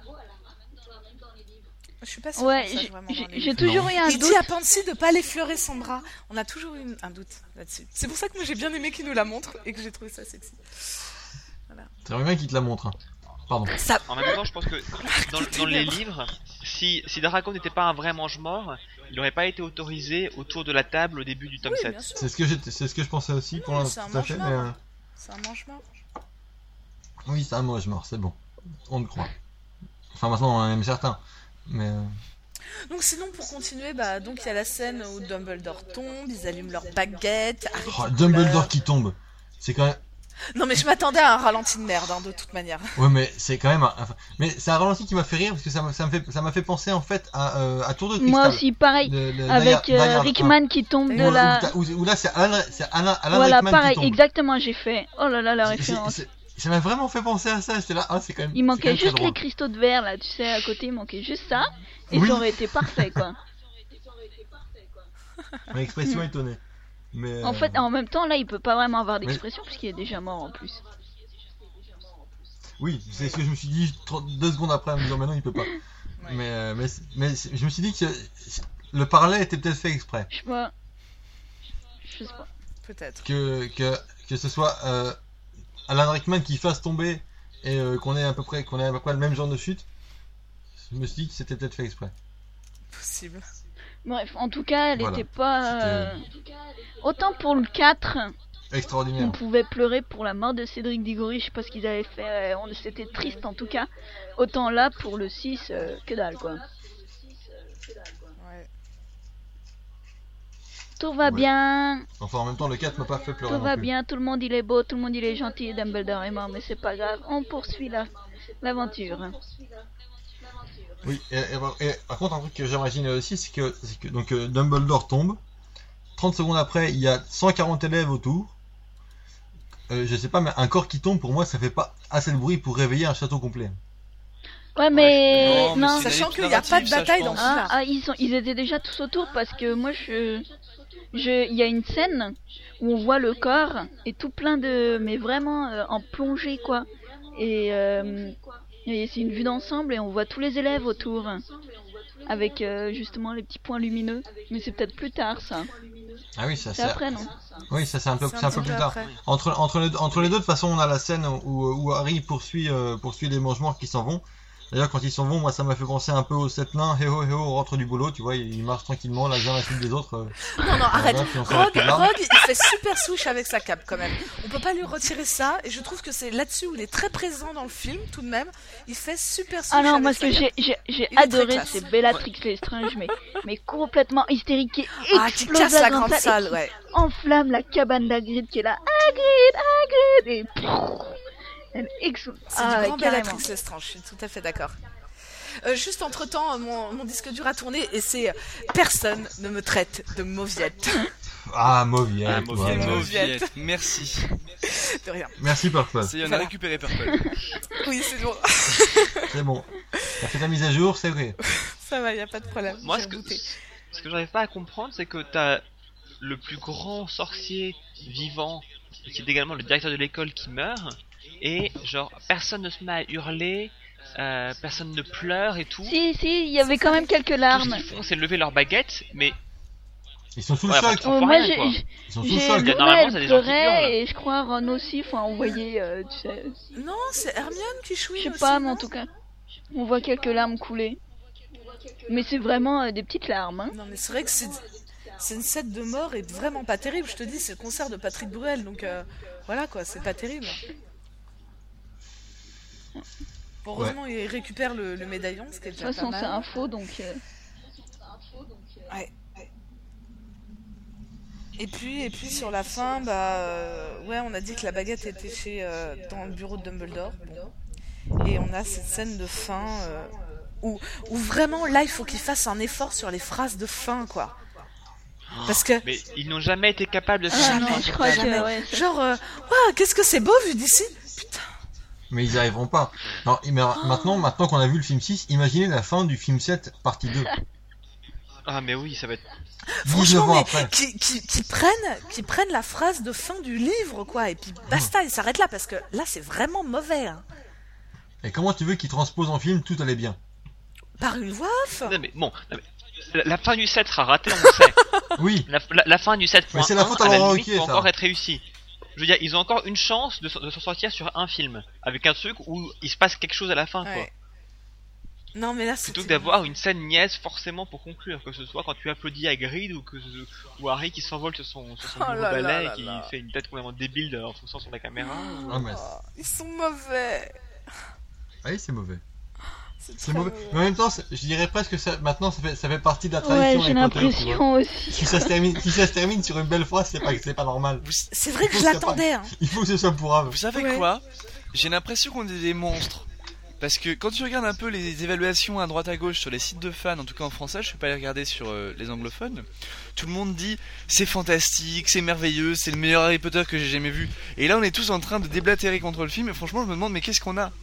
Je suis pas sûre Ouais, que ça sache vraiment dans les j'ai livres. toujours eu un Il doute. dit à Pansy de pas l'effleurer son bras. On a toujours eu un doute là-dessus. C'est pour ça que moi j'ai bien aimé qu'il nous la montre et que j'ai trouvé ça sexy. C'est bien qu'il te la montre. Hein. Pardon. Ça... En même temps, je pense que dans les livres, si Drago n'était pas un vrai mange-mort, il n'aurait pas été autorisé autour de la table au début du tome Oui, 7. bien sûr. C'est ce que je pensais aussi pour Oui, l'instant. c'est un Tout à fait. mange-mort. Mais, C'est un mange-mort. oui, c'est un mange-mort, c'est bon. On le croit. Enfin, maintenant, on en est même certain. Mais. Donc sinon pour continuer, bah donc il y a la scène où Dumbledore tombe, ils allument leur baguette. Harry Oh, qui Dumbledore pleure. qui tombe. C'est quand même. Non mais je m'attendais à un ralenti de merde de toute manière. Ouais, mais c'est quand même. Mais c'est un ralenti qui m'a fait rire parce que ça m'a fait penser en fait à Tour de Cristal. Moi aussi, pareil. Avec Rickman qui tombe de la... Où là, c'est Alan Voilà, Rickman pareil, qui tombe. exactement, j'ai fait. Oh là là, la référence. Ça m'a vraiment fait penser à ça. J'étais là, c'est quand même. Il manquait c'est quand même juste très les drôle. cristaux de verre, là, tu sais, à côté, il manquait juste ça. Et Oui. ça aurait été parfait, quoi. Mon expression étonnée. Mais. En fait, en même temps, là, il peut pas vraiment avoir d'expression puisqu'il est déjà mort en plus. Oui, c'est ce que je me suis dit 2 secondes après en me disant, mais non, il peut pas. Ouais. Mais je me suis dit que le parallèle était peut-être fait exprès. Je sais pas. Je sais pas. Peut-être. Que ce soit Alan Rickman qui fasse tomber et qu'on ait à peu près le même genre de chute. Je me suis dit que c'était peut-être fait exprès. Possible. Bref, en tout cas, elle Voilà. était pas... Autant pour le 4, Extraordinaire. on pouvait pleurer pour la mort de Cédric Diggory, je sais pas ce qu'ils avaient fait, c'était triste en tout cas. Autant là, pour le 6, que dalle, quoi. Ouais. Tout va Ouais. bien, Enfin, en même temps, le 4 m'a pas fait pleurer tout non va plus. bien, tout le monde il est beau, tout le monde il est gentil, Dumbledore est mort, mais c'est pas grave, on poursuit l'aventure. Oui, et par contre, un truc que j'imagine aussi, c'est que donc Dumbledore tombe. 30 secondes après, il y a 140 élèves autour. Je sais pas, mais un corps qui tombe, pour moi, ça fait pas assez de bruit pour réveiller un château complet. Ouais, mais... Non, mais non. c'est Sachant une qu'il n'y a pas de narrative, ça, bataille je dans pense. celui-là. Ils étaient déjà tous autour parce que moi il y a une scène où on voit le corps et tout plein de, mais vraiment en plongée quoi. Et c'est une vue d'ensemble et on voit tous les élèves autour avec justement les petits points lumineux. Mais c'est peut-être plus tard ça. Ah oui, ça C'est après non? Oui, ça c'est un peu plus tard. après. Entre les deux, de toute façon, on a la scène où Harry poursuit les mange-morts qui s'en vont. D'ailleurs, quand ils s'en vont, moi, ça m'a fait penser un peu aux 7 nains. Hé ho, on rentre du boulot, tu vois, ils marchent tranquillement, les uns à la suite des autres. Non, arrête. Voilà, puis on s'arrête là. Rogue, il fait super swoosh avec sa cape quand même. On peut pas lui retirer ça. Et je trouve que c'est là-dessus où il est très présent dans le film tout de même. Il fait super swoosh Ah non, avec moi ce sa que cape. j'ai Il est très adoré, classe. c'est Bellatrix Lestrange, mais complètement hystérique, qui Ah, qui explose casse la grande grande salle salle, et qui ouais. enflamme la cabane d'Hagrid qui est là. Hagrid et elle explose. C'est Ah, du grand carrément. Bellatrix Lestrange, je suis tout à fait d'accord. Juste entre temps, mon disque dur a tourné et c'est personne ne me traite de mauviette. Ah, Mauviette. Ah, ouais, ouais. Mauviette, merci. De rien. Merci, Purple. C'est, on a Voilà. récupéré Purple. Oui, c'est bon. C'est bon. T'as fait ta mise à jour, c'est vrai. Ça va, y a pas de problème. Moi, J'ai ce que rebooté. j'arrive pas à comprendre, c'est que t'as le plus grand sorcier vivant, qui est également le directeur de l'école, qui meurt, et genre personne ne se met à hurler, personne ne pleure et tout. Si, il y avait quand même quelques Tout ce larmes. qu'ils font, c'est lever leur baguette, mais Ils sont sous le Ouais, choc. enfin, Ils font Moi, rien, quoi. Ils sont sous le j'ai choc. Luna, Normalement, elle c'est des gens qui pleurait hurlent. et je crois Ron aussi. Enfin, on voyait, tu sais, Non, c'est Hermione qui je chouine sais aussi, pas, mais non en tout cas, on voit quelques larmes couler. Mais c'est vraiment des petites larmes. Hein. Non, mais c'est vrai que c'est une scène de mort et vraiment pas terrible. Je te dis, c'est le concert de Patrick Bruel, donc voilà quoi, c'est pas terrible. Bon, heureusement, il récupère le médaillon, ce qui est De déjà toute façon, pas c'est mal. un faux, donc. Ouais. Et puis sur la fin, ouais, on a dit que la baguette était dans le bureau de Dumbledore. Bon. Et on a cette scène de fin où vraiment là, il faut qu'il fasse un effort sur les phrases de fin, quoi. Parce que mais ils n'ont jamais été capables de Ah faire non, ça. je crois jamais. que. Ouais, c'est- genre, ouais, qu'est-ce que c'est beau vu d'ici. Putain. Mais ils n'y arriveront pas. Non, mais maintenant qu'on a vu le film 6, imaginez la fin du film 7, partie 2. Ah mais oui, ça va être... 19 Franchement, ans mais après. qui prennent la phrase de fin du livre, quoi. Et puis basta, il s'arrête là parce que là, c'est vraiment mauvais. Hein. Et comment tu veux qu'ils transposent en film tout allait bien? Par une voix off. Non, mais bon, non, mais la fin du 7 sera ratée, on le sait. Oui. La fin du 7.1, Mais c'est la faute à à la Laurent limite, Ruquier, peut ça. encore être réussie. Je veux dire, ils ont encore une chance de s'en sortir sur un film, avec un truc où il se passe quelque chose à la fin, quoi. Ouais. Non, mais là, Plutôt c'était... que d'avoir une scène niaise forcément pour conclure, que ce soit quand tu applaudis à Grid ou Harry qui s'envole sur son Oh nouveau là balai là et là qui là. fait une tête complètement débile en fonçant sur la caméra. Ah, mais... Oh, ils sont mauvais. Ah oui, c'est mauvais. C'est C'est très mauvais. Mais en même temps, je dirais presque que ça, maintenant ça fait partie de la Ouais, tradition. j'ai Harry Potter, tu vois. l'impression aussi. Si ça se termine sur une belle phrase, c'est pas normal. C'est vrai que je l'attendais. Hein. Il faut que ce soit pour Ave. Vous savez Ouais. quoi? J'ai l'impression qu'on est des monstres. Parce que quand tu regardes un peu les évaluations à droite à gauche sur les sites de fans, en tout cas en français, je ne vais pas les regarder sur les anglophones, tout le monde dit c'est fantastique, c'est merveilleux, c'est le meilleur Harry Potter que j'ai jamais vu. Et là on est tous en train de déblatérer contre le film et franchement je me demande mais qu'est-ce qu'on a?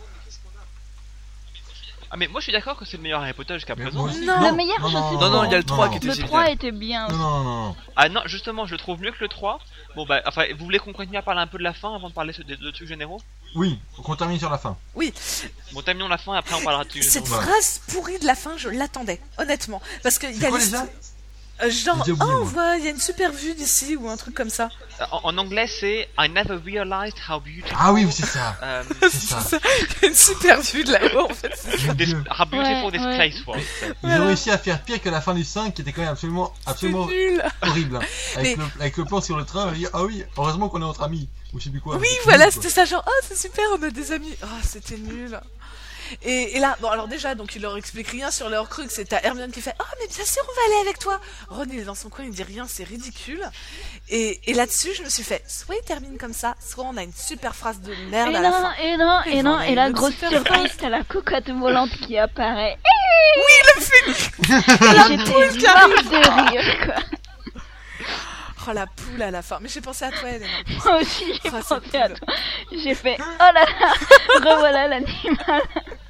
Ah mais moi je suis d'accord que c'est le meilleur Harry Potter jusqu'à Mais présent. moi aussi. Non. Le meilleur, je sais Non, non, il y a le 3 qui était Le génial. 3 était bien Non, aussi. non, non, non. Ah non, justement, je le trouve mieux que le 3. Bon bah, enfin, vous voulez qu'on continue à parler un peu de la fin avant de parler des trucs généraux? Oui, qu'on termine sur la fin. Bon, terminons la fin et après on parlera de trucs Cette généraux. phrase pourrie de la fin, je l'attendais, honnêtement. Parce que il y C'est a quoi les- déjà? genre, J'ai oublié, oh, on moi. voit, il y a une super vue d'ici ou un truc comme ça. En anglais, c'est I never realized how beautiful. Ah oui, c'est ça. C'est C'est ça. Il y a une super vue de là-haut, en fait. Mon Dieu. How beautiful this Ouais, place was. Ils ont réussi à faire pire que la fin du 5 qui était quand même absolument C'est nul. horrible. Mais- Avec le plan sur le train, on va dire, ah oui, heureusement qu'on est entre amis. Ou je sais plus quoi. Oui, C'est voilà, nul, quoi. c'était ça, genre, oh, c'est super, on a des amis. Oh, c'était nul. Et là, bon, alors déjà, donc il leur explique rien sur leur Horcrux. C'est ta Hermione qui fait, oh, mais bien sûr, on va aller avec toi. Ron, il est dans son coin, il dit rien, c'est ridicule. Et là-dessus, je me suis fait, soit il termine comme ça, soit on a une super phrase de merde Et à la non, fin. et non, Et et non, voilà, et la une grosse super surprise, t'as la cocotte volante qui apparaît. Le film. J'étais morte de rire, quoi. Oh, la poule à la fin. Mais j'ai pensé à toi, Hélène. Moi aussi, j'ai Oh, c'est pensé à cool. toi. J'ai fait, oh là là, revoilà l'animal.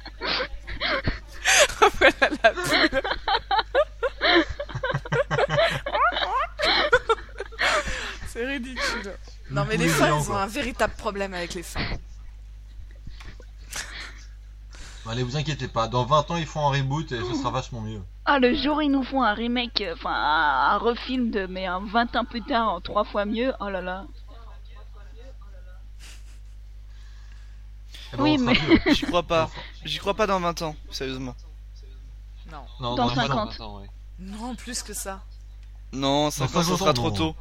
Voilà la poule. C'est ridicule. Non, mais les poulet fans, géant, ils ont quoi. un véritable problème avec les fins. Allez, vous inquiétez pas, dans 20 ans ils font un reboot et ce sera vachement mieux. Ah, le jour où ils nous font un remake, enfin un refilm de, mais un 20 ans plus tard, en 3 fois mieux, oh là là. Eh ben, Oui, on sera mais- vieux. J'y crois pas. J'y crois pas dans 20 ans, sérieusement. Non. Non, Dans 20 ans. 50. Attends, ouais. Non, plus que ça. Non, 50 ça sera trop tôt.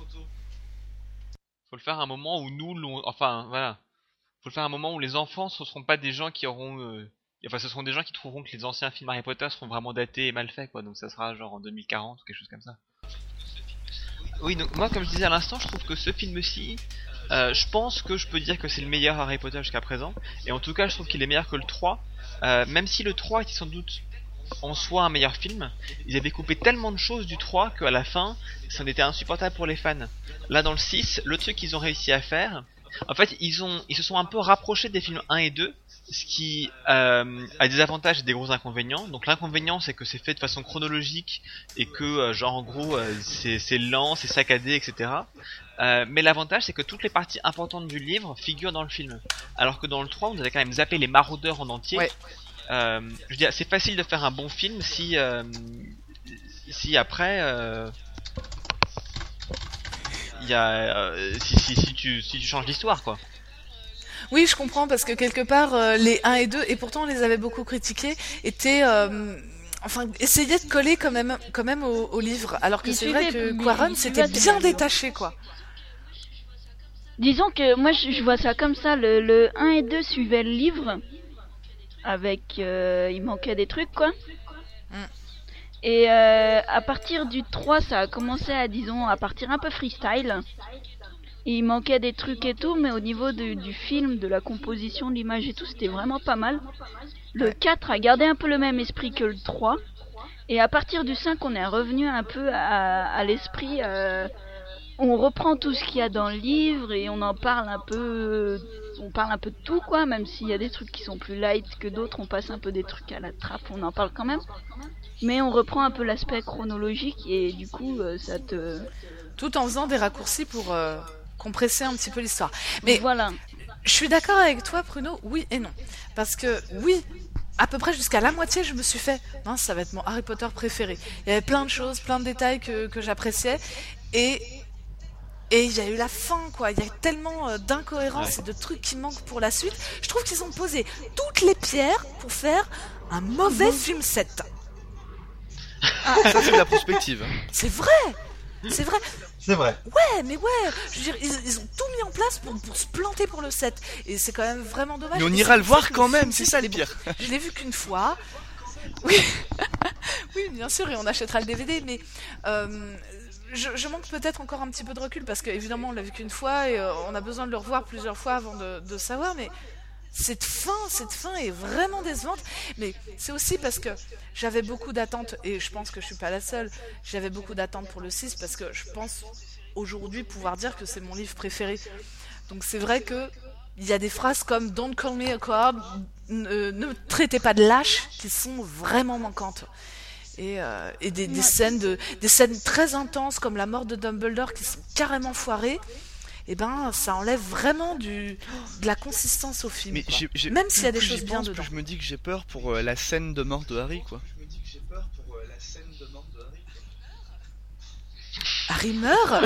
Faut le faire à un moment où enfin, voilà. Faut le faire à un moment où les enfants ce seront pas des gens qui auront enfin ce seront des gens qui trouveront que les anciens films Harry Potter seront vraiment datés et mal faits quoi, donc ça sera genre en 2040 ou quelque chose comme ça. Oui, donc moi comme je disais à l'instant, je trouve que ce film-ci je pense que je peux dire que c'est le meilleur Harry Potter jusqu'à présent, et en tout cas je trouve qu'il est meilleur que le 3, même si le 3 était sans doute en soi un meilleur film, ils avaient coupé tellement de choses du 3 qu'à la fin ça en était insupportable pour les fans. Là dans le 6, le truc qu'ils ont réussi à faire, en fait ils se sont un peu rapprochés des films 1 et 2, ce qui a des avantages et des gros inconvénients. Donc l'inconvénient c'est que c'est fait de façon chronologique et que genre en gros c'est lent, c'est saccadé, etc. Mais l'avantage c'est que toutes les parties importantes du livre figurent dans le film, alors que dans le 3 vous avez quand même zappé les maraudeurs en entier. Ouais. Je veux dire, c'est facile de faire un bon film si après il y a si tu changes l'histoire quoi. Oui, je comprends, parce que quelque part, les 1 et 2, et pourtant on les avait beaucoup critiqués, étaient... enfin, essayaient de coller quand même au livre. Alors que Ils c'est vrai suivaient- que Quaron ils s'était suivaient bien le livre. détaché, quoi. Disons que moi je vois ça comme ça, le 1 et 2 suivaient le livre, avec il manquait des trucs quoi. Et à partir du 3 ça a commencé à partir un peu freestyle. Et il manquait des trucs et tout, mais au niveau du film, de la composition, de l'image et tout, c'était vraiment pas mal. Le 4 a gardé un peu le même esprit que le 3. Et à partir du 5, on est revenu un peu à l'esprit... on reprend tout ce qu'il y a dans le livre et on en parle un peu... On parle un peu de tout, quoi, même s'il y a des trucs qui sont plus light que d'autres, on passe un peu des trucs à la trappe, on en parle quand même. Mais on reprend un peu l'aspect chronologique et du coup, ça te... Tout en faisant des raccourcis pour compresser un petit peu l'histoire. Mais Voilà. Je suis d'accord avec toi, Bruno, oui et non. Parce que, oui, à peu près jusqu'à la moitié, je me suis fait, mince, ça va être mon Harry Potter préféré. Il y avait plein de choses, plein de détails que j'appréciais. Et il y a eu la fin, quoi. Il y a tellement d'incohérences et de trucs qui manquent pour la suite. Je trouve qu'ils ont posé toutes les pierres pour faire un mauvais film 7. Ça, c'est de la prospective. C'est vrai. C'est vrai. Ouais, mais ouais. Je veux dire, ils ont tout mis en place pour se planter pour le 7. Et c'est quand même vraiment dommage. Mais on Et ira c'est le pour voir que quand le même, film c'est 6, ça le bon, pire. Je l'ai vu qu'une fois. Oui. Oui, bien sûr, et on achètera le DVD, mais je manque peut-être encore un petit peu de recul parce qu'évidemment on l'a vu qu'une fois et on a besoin de le revoir plusieurs fois avant de savoir, mais cette fin est vraiment décevante. Mais c'est aussi parce que j'avais beaucoup d'attentes, et je pense que je suis pas la seule, j'avais beaucoup d'attentes pour le 6 parce que je pense aujourd'hui pouvoir dire que c'est mon livre préféré. Donc c'est vrai que il y a des phrases comme Don't call me a coward, ne traitez pas de lâche, qui sont vraiment manquantes. Et des scènes très intenses comme la mort de Dumbledore qui sont carrément foirées. Et ben ça enlève vraiment de la consistance au film. Mais quoi. Même s'il y a des choses bien dedans. Je me dis que j'ai peur pour la scène de mort de Harry, quoi. Harry meurt.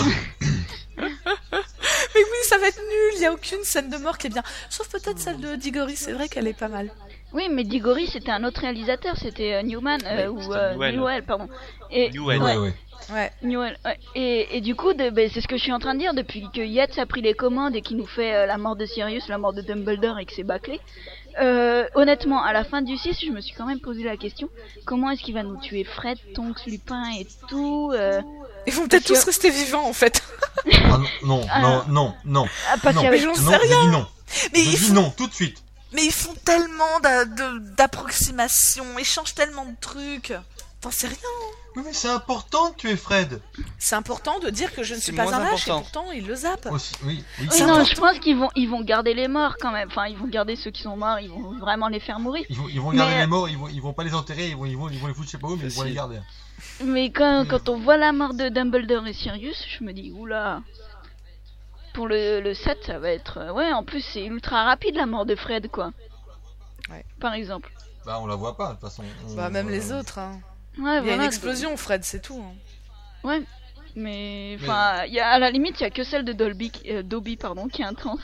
Mais oui, ça va être nul, il n'y a aucune scène de mort qui est bien. Sauf peut-être celle de Diggory, c'est vrai qu'elle est pas mal. Oui, mais Diggory, c'était un autre réalisateur, c'était Newman, Newell, pardon. Newell. Ouais. Newell, ouais. Et du coup, c'est ce que je suis en train de dire, depuis que Yates a pris les commandes et qu'il nous fait la mort de Sirius, la mort de Dumbledore et que c'est bâclé. Honnêtement, à la fin du 6, je me suis quand même posé la question, comment est-ce qu'il va nous tuer Fred, Tonks, Lupin et tout Ils vont peut-être tous rester vivants en fait. Non. Parce qu'il y avait... J'en sais rien. Je dis non. Mais je dis non, tout de suite. Mais ils font tellement d'approximations, ils changent tellement de trucs. T'en sais rien. Oui, mais c'est important de tuer Fred. C'est important de dire que je ne suis C'est pas moins un lâche, et important. pourtant ils le zappent. Oui. Oui, non, je pense qu'ils vont garder les morts quand même. Enfin, ils vont garder ceux qui sont morts, ils vont vraiment les faire mourir. Ils vont garder les morts, ils vont pas les enterrer, ils vont les foutre je sais pas où, mais ils vont les garder. Mais quand on voit la mort de Dumbledore et Sirius, je me dis, oula. Pour le 7, ça va être... Ouais, en plus, c'est ultra rapide la mort de Fred, quoi. Ouais. Par exemple. Bah, on la voit pas, de toute façon. Même les autres, hein. Ouais, il y a une explosion, Fred, c'est tout. Hein. Ouais, mais enfin, à la limite, il y a que celle de Dobby, qui est intense.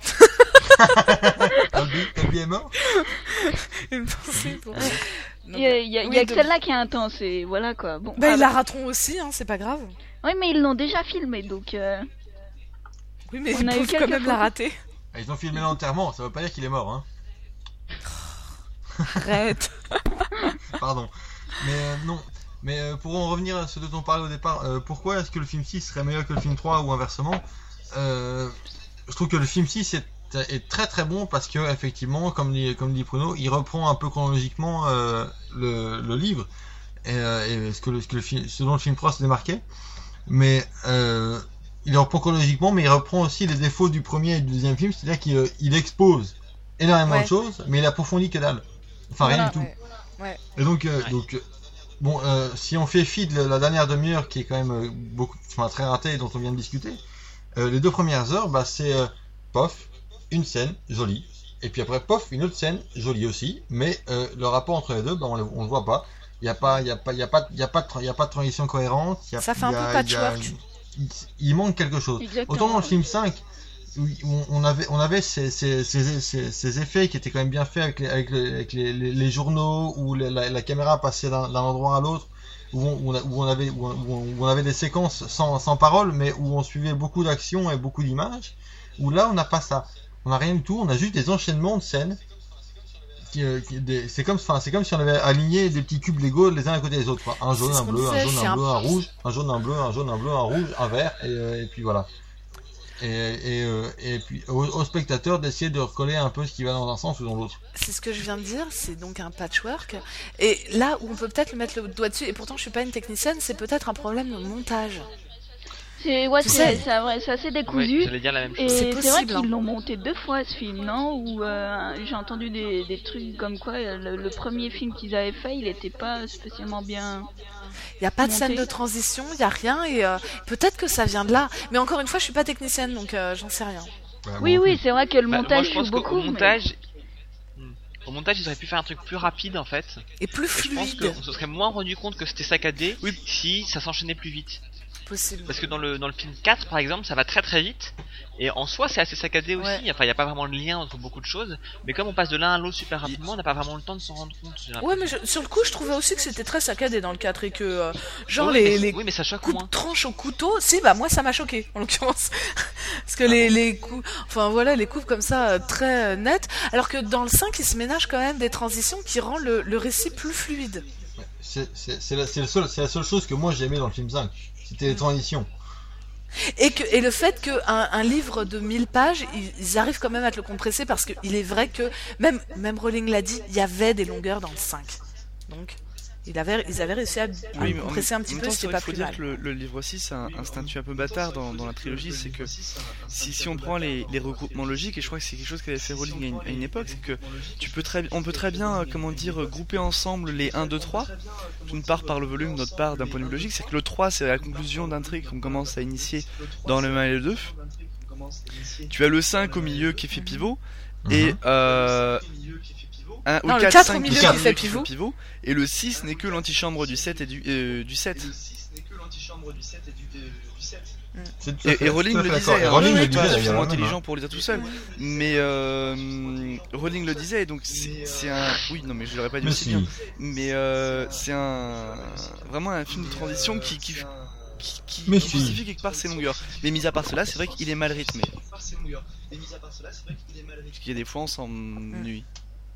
Dobby est mort. Une pensée pour... Il y a que celle-là qui est intense, et voilà quoi. Bon, ils la rateront aussi, hein, c'est pas grave. Oui, mais ils l'ont déjà filmé, donc... Oui, mais ils peuvent quand même la rater. Ils ont filmé l'enterrement, ça veut pas dire qu'il est mort, hein. Arrête. Pardon. Mais non. Mais pour en revenir à ce dont on parlait au départ, pourquoi est-ce que le film 6 serait meilleur que le film 3 ou inversement je trouve que le film 6 est très très bon parce que effectivement, comme dit Bruno, il reprend un peu chronologiquement le livre et ce dont le film 3 se démarquait. Mais il reprend chronologiquement, mais il reprend aussi les défauts du premier et du deuxième film, c'est-à-dire qu'il expose énormément de choses, mais il approfondit que dalle. Enfin, rien du tout. Ouais. Et donc, bon, si on fait fi de la dernière demi-heure qui est quand même très ratée et dont on vient de discuter, les 2 premières heures, bah, c'est pof, une scène jolie, et puis après pof, une autre scène jolie aussi, mais le rapport entre les deux, bah, on le voit pas. Il y a pas de transition cohérente. Ça fait un peu patchwork. Il manque quelque chose. Exactement. Autant dans le film 5, on avait ces effets qui étaient quand même bien faits avec les journaux où la caméra passait d'un endroit à l'autre, où on avait des séquences sans parole, mais où on suivait beaucoup d'actions et beaucoup d'images. Où là, on n'a pas ça. On n'a rien du tout. On a juste des enchaînements de scènes. C'est comme si on avait aligné des petits cubes Lego les uns à côté des autres, quoi. Un jaune, un bleu, un jaune, un bleu, un rouge, un jaune, un bleu, un jaune, un bleu, un rouge, un vert, et puis voilà. Et puis au spectateur d'essayer de recoller un peu ce qui va dans un sens ou dans l'autre. C'est ce que je viens de dire, c'est donc un patchwork. Et là où on peut peut-être mettre le doigt dessus, et pourtant je suis pas une technicienne, c'est peut-être un problème de montage. C'est assez décousu. Oui, j'allais dire la même chose. Et C'est c'est vrai possible, qu'ils l'ont monté 2 fois ce film, non? Où j'ai entendu des trucs comme quoi le premier film qu'ils avaient fait, il était pas spécialement bien. Il n'y a pas de monté. scène de transition, il n'y a rien, et peut-être que ça vient de là. Mais encore une fois, je suis pas technicienne, donc j'en sais rien. Oui, c'est vrai que le Bah, montage moi, je pense joue beaucoup. qu'au montage, au montage, ils auraient pu faire un truc plus rapide en fait. Et plus Et je pense fluide. qu'on se serait moins rendu compte que c'était saccadé Oui. si ça s'enchaînait plus vite. Possible. Parce que dans le film 4 par exemple, ça va très très vite. Et en soi, c'est assez saccadé aussi. Ouais. Enfin, il n'y a pas vraiment de lien entre beaucoup de choses. Mais comme on passe de l'un à l'autre super rapidement, on n'a pas vraiment le temps de s'en rendre compte. j'ai Ouais, l'impression. mais sur le coup, je trouvais aussi que c'était très saccadé dans le 4 et que, genre, Oui, mais, les oui, mais ça choque coups moins. de tranche au couteau, si, bah, moi, ça m'a choqué, en l'occurrence. Parce que les coups, enfin, voilà, les coups comme ça, très nets. Alors que dans le 5, il se ménage quand même des transitions qui rend le récit plus fluide. C'est la seule chose que moi j'aimais dans le film 5. C'était les transitions. Et le fait qu'un livre de 1000 pages, ils arrivent quand même à te le compresser parce qu'il est vrai que, même Rowling l'a dit, il y avait des longueurs dans le 5. Donc, ils avaient réussi à Oui, le mais compresser un petit en même peu, temps, ce qui c'est est vrai pas qu'il faut plus dire mal. que le livre aussi, c'est un statut un peu bâtard dans la trilogie, c'est que si on prend les regroupements logiques, et je crois que c'est quelque chose qu'avait fait Rowling à une époque, c'est que on peut très bien, grouper ensemble les 1, 2, 3, d'une part par le volume, d'autre part d'un point de vue logique, c'est que le 3 c'est la conclusion d'un truc qu'on commence à initier dans le 1 et le 2. Tu as le 5 au milieu qui fait pivot, et Non, le le 4, 4 au 5 milieu qui qui fait pivot, et le 6 n'est que l'antichambre du 7 et du 7. C'est tout à fait- Et Rowling tout à le fait disait, d'accord. Et hein, Rowling je le suis pas disait suffisamment d'ailleurs. intelligent pour le dire tout seul, mais Rowling le disait, et donc c'est un, oui, non mais je l'aurais pas dit Mais aussi si. bien, mais c'est vraiment un film de transition qui Mais si. justifie quelque part ses longueurs, mais mis à part cela, c'est vrai qu'il est mal rythmé, parce qu'il y a des fois on s'ennuie.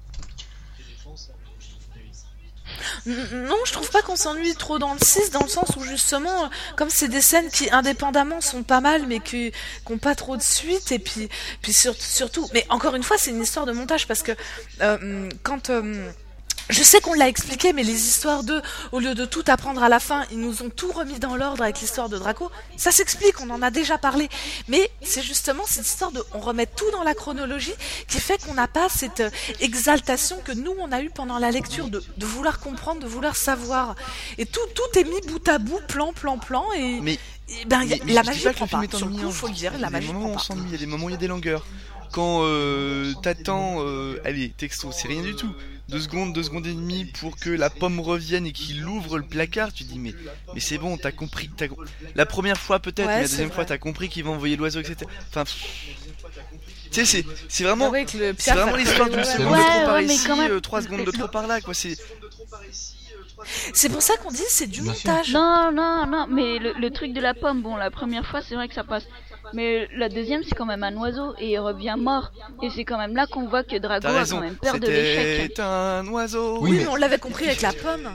Non, je trouve pas qu'on s'ennuie trop dans le 6, dans le sens où justement, comme c'est des scènes qui indépendamment sont pas mal, mais qui ont pas trop de suite, et puis surtout, mais encore une fois, c'est une histoire de montage, parce que quand je sais qu'on l'a expliqué, mais les histoires au lieu de tout apprendre à la fin, ils nous ont tout remis dans l'ordre avec l'histoire de Draco. Ça s'explique, on en a déjà parlé. Mais c'est justement cette histoire on remet tout dans la chronologie qui fait qu'on n'a pas cette exaltation que nous, on a eu pendant la lecture de vouloir comprendre, de vouloir savoir. Et tout est mis bout à bout, plan, et... Mais ben, mais la je dis magie pas que prend le film pas. est Sur le coup, ennuyant, faut le dire, il y la a des magie moments prend où on pas. s'ennuie, il y a des moments où il y a des longueurs. Quand t'attends, allez, texto, c'est rien du tout. 2 secondes et demie pour que la pomme revienne et qu'il ouvre le placard, tu dis mais c'est bon, t'as compris. La première fois peut-être, Ouais, mais la c'est deuxième vrai. fois t'as compris qu'il va envoyer l'oiseau, etc. Enfin, tu sais, c'est vraiment, Avec le c'est vraiment l'histoire d'une Ouais, seconde ouais, de trop par ouais, mais ici, quand même- 3 secondes de trop par là, quoi. C'est pour ça qu'on dit c'est du Bien sûr. montage. Non, mais le truc de la pomme, bon, la première fois, c'est vrai que ça passe. Mais la deuxième, c'est quand même un oiseau et il revient mort. Et c'est quand même là qu'on voit que Drago T'as a raison, quand même peur de l'échec. c'était un oiseau. Oui, Oui, mais- mais on l'avait compris avec la pomme.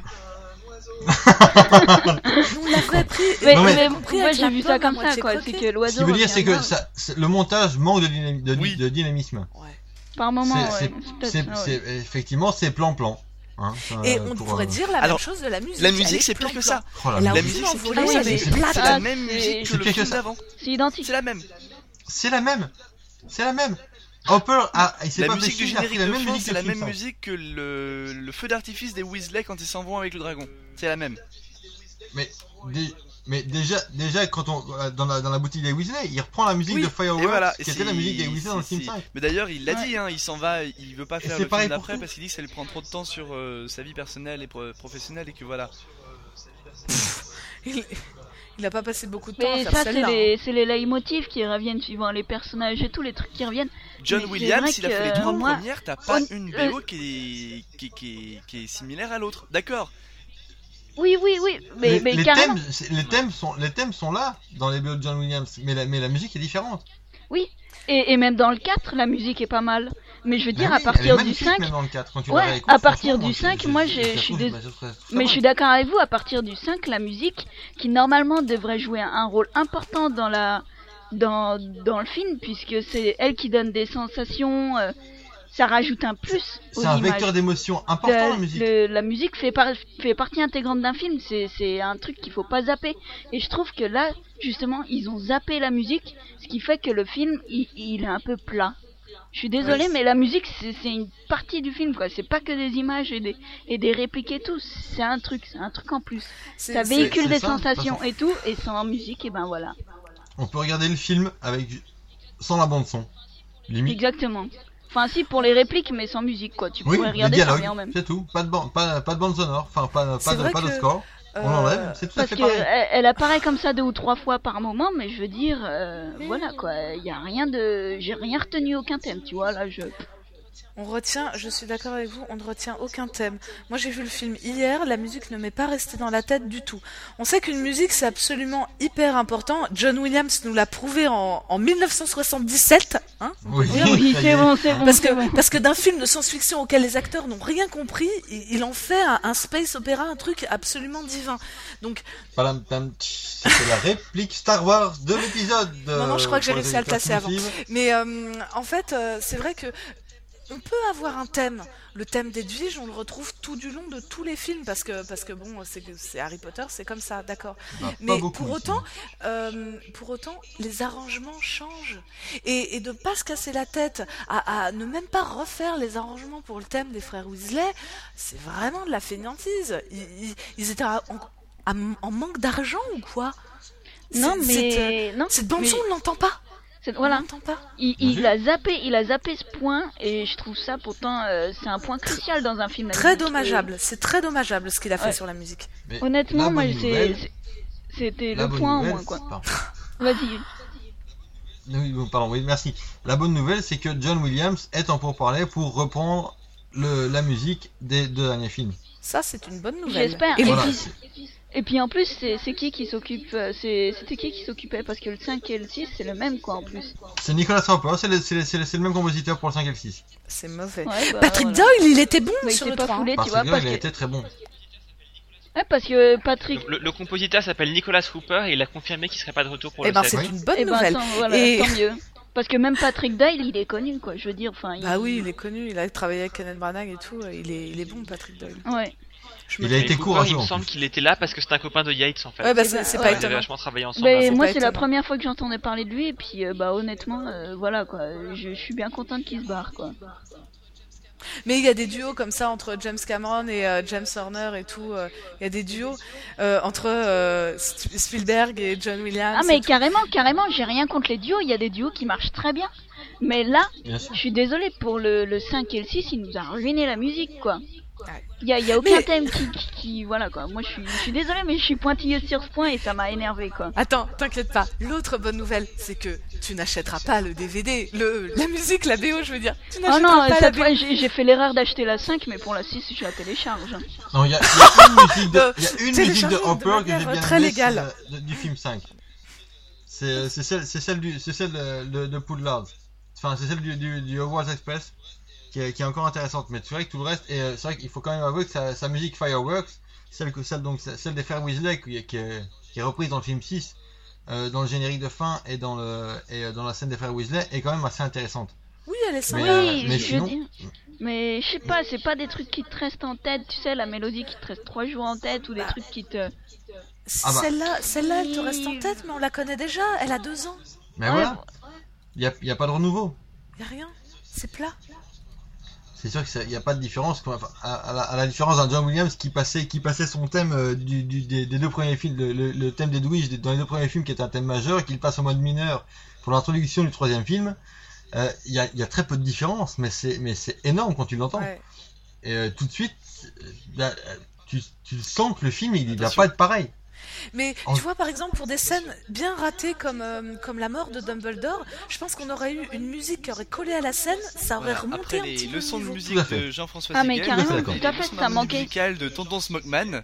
On l'avait pris. Mais, Non, mais- mais compris moi avec j'ai la vu ça pomme à comme ça, moitié quoi. C'est croquée. que l'oiseau. Ce qui veut dire, revient c'est que mort. le montage manque Oui. de dynamisme. Ouais. Par moment, C'est- ouais. peut-être, ouais. c'est- effectivement, c'est plan-plan. Hein, Et on pourrait dire la Alors, même chose de la musique. La Elle musique est c'est pire que plan-plan. ça. Oh là Elle a là. La aussi musique c'est envolé pire que ça, des c'est plates. la même c'est- musique que c'est le pire que film ça. d'avant. C'est identique. C'est la même. C'est la même. C'est la même. Hopper, il s'est La pas musique fait du chier, il a générique pris la de même fin, musique c'est que la le film même 5. musique que le feu d'artifice des Weasley quand ils s'en vont avec le dragon. C'est la même. Mais déjà quand dans la boutique des Weasley, il reprend la musique Oui, de et Fireworks, voilà. qui était la musique des Weasley dans le film 5. Mais d'ailleurs, il l'a Ouais. dit, hein, il s'en va, il veut pas faire c'est le pareil film pour d'après tout. parce qu'il dit que ça lui prend trop de temps sur sa vie personnelle et professionnelle et que voilà. Il a pas passé beaucoup de temps à Mais faire ça, celle-là. c'est les leitmotifs qui reviennent suivant les personnages et tous les trucs qui reviennent. John Mais c'est Williams, vrai il a fait les que, 3 moi, premières, t'as pas on- une BO qui est similaire à l'autre. D'accord. Oui, mais les carrément. les thèmes sont là dans les BO de John Williams, mais la musique est différente. Oui. Et même dans le 4, la musique est pas mal. Mais je veux dire, Bah à oui, partir elle est du magnifique, 5, même dans le 4, quand tu ouais, la réécoutes, à partir franchement, du 5, moi, je suis trouve- dés- bah, je trouve ça mais je suis d'accord avec vous, à partir du 5, la musique, qui normalement devrait jouer un rôle important dans le film, puisque c'est elle qui donne des sensations, ça rajoute un plus aux c'est un images. vecteur d'émotion important, la musique. La musique fait partie intégrante d'un film, c'est un truc qu'il faut pas zapper. Et je trouve que là, justement, ils ont zappé la musique, ce qui fait que le film, il est un peu plat. Je suis désolée, mais la musique, c'est une partie du film, quoi. C'est pas que des images et des répliques et tout. C'est un truc en plus. Ça véhicule c'est des ça, sensations de toute et tout, et sans musique, et ben voilà. On peut regarder le film avec sans la bande son. Limite. Exactement. Enfin, si, pour les répliques, mais sans musique, quoi. Tu Oui, pourrais les regarder sans dialogues, rien même. c'est tout. Pas de bande sonore, enfin pas C'est vrai de que, score. On l'enlève, c'est tout à Parce fait que pareil. elle apparaît comme ça 2 ou 3 fois par moment, mais je veux dire, voilà quoi, il y a rien de, j'ai rien retenu, aucun thème, tu vois, là je suis d'accord avec vous, on ne retient aucun thème. Moi j'ai vu le film hier, la musique ne m'est pas restée dans la tête du tout. On sait qu'une musique c'est absolument hyper important. John Williams nous l'a prouvé en 1977, hein. Oui, Oui, ça y c'est est. bon, c'est bon. Parce que d'un film de science-fiction auquel les acteurs n'ont rien compris, il en fait un space opéra, un truc absolument divin. Donc, Palam, tam, tch, c'était la réplique Star Wars de l'épisode. non, je crois que j'ai pour les réussi à le auditeurs placer avant. cinéphile. Mais en fait, c'est vrai que on peut avoir un thème. Le thème d'Edwige, on le retrouve tout du long de tous les films parce que bon, c'est Harry Potter, c'est comme ça, d'accord. Bah, pas Mais beaucoup, pour autant, les arrangements changent et de pas se casser la tête à ne même pas refaire les arrangements pour le thème des frères Weasley, c'est vraiment de la fainéantise. Ils étaient en manque d'argent ou quoi? Non, mais non. Cette bande son, on l'entend pas. Voilà. On l'entend pas. Il a zappé ce point et je trouve ça pourtant c'est un point crucial dans un film. Très dommageable, c'est très dommageable ce qu'il a fait sur la musique. Mais Honnêtement, la moi bonne nouvelle- c'était la le bonne point en nouvelle, moins quoi. pardon. Vas-y. Oui, merci. La bonne nouvelle, c'est que John Williams est en pourparlers pour reprendre la musique des 2 derniers films. Ça, c'est une bonne nouvelle. J'espère. Et Et, voilà, et puis en plus, c'est qui s'occupe c'était qui s'occupait parce que le 5 et le 6 c'est le même quoi en plus. C'est Nicolas Roper, c'est le même compositeur pour le 5 et le 6. C'est mauvais. Ouais, bah, Patrick voilà. Doyle, il était bon Bah, il sur s'est le pas 3. foulé, Parce tu vois, que parce il a que été très bon. ouais, parce que Patrick. Le compositeur s'appelle Nicolas Hooper et il a confirmé qu'il serait pas de retour pour Eh le ben, 7. c'est Oui. une bonne Eh ben, nouvelle. voilà, Et- tant mieux. Parce que même Patrick Doyle, il est connu quoi. Je veux dire, enfin. Bah oui, il est connu, il a travaillé avec Kenneth Branagh et tout, il est bon, Patrick Doyle. Ouais. Il a été Et Hooper, courageux il me en semble plus. qu'il était là parce que c'est un copain de Yates en fait. Ouais, bah Eh ben, c'est ouais. pas Ils avaient étonnant. vachement travaillé ensemble. Mais c'est moi, pas c'est la étonnant. première fois que j'entendais parler de lui, et puis bah honnêtement, voilà quoi. Je suis bien contente qu'il se barre quoi. Mais il y a des duos comme ça entre James Cameron et James Horner et tout. Il y a des duos entre Spielberg et John Williams. Ah mais et tout. carrément, j'ai rien contre les duos. Il y a des duos qui marchent très bien. Mais là, Bien sûr. je suis désolée pour le 5 et le 6, il nous a ruiné la musique quoi. Ouais. Il y a aucun Mais- thème qui voilà quoi. Moi je suis désolée mais je suis pointilleuse sur ce point et ça m'a énervé quoi. Attends, t'inquiète pas. L'autre bonne nouvelle, c'est que tu n'achèteras pas le DVD, la musique, la BO, je veux dire. Tu Oh n'achèteras non, pas la cette BO. fois j'ai fait l'erreur d'acheter la 5 mais pour la 6 je la télécharge. Non, il y a une musique de, De- il y a une musique télécharger de de Hopper que j'ai manière bien très aimée, légale. c'est du film 5. C'est celle de Poudlard. Enfin, c'est celle du Hogwarts Express qui est encore intéressante. Mais c'est vrai que tout le reste, et c'est vrai qu'il faut quand même avouer que sa musique Fireworks, celle des frères Weasley qui est reprise dans le film 6, dans le générique de fin et dans la scène des frères Weasley, est quand même assez intéressante. Oui, elle est sympa. Oui, mais je sinon- veux dire. Mais je sais pas, c'est pas des trucs qui te restent en tête, tu sais, la mélodie qui te reste 3 jours en tête ou des trucs qui te. Ah bah. Celle-là, elle te reste en tête, mais on la connaît déjà. Elle a 2 ans. Mais Ouais, voilà, il y a pas de renouveau. Y a rien. C'est plat. C'est sûr qu'il n'y a pas de différence, quoi. Enfin, à la différence d'un John Williams qui passait son thème des 2 premiers films, le thème d'Edwige dans les 2 premiers films qui est un thème majeur, et qu'il passe en mode mineur pour l'introduction du 3e film. Il y a très peu de différence, mais c'est énorme quand tu l'entends. Ouais. Et tout de suite, tu sens que le film il va Attention. pas être pareil. Mais En- tu vois, par exemple, pour des scènes bien ratées comme la mort de Dumbledore, je pense qu'on aurait eu une musique qui aurait collé à la scène, ça aurait Voilà, remonté après un petit les peu leçons le de niveau. musique Tout à fait. de Jean-François Ah, mais Séguel, carrément, tout à fait, les ça leçons manquait. musicales de Tonton Smokeman,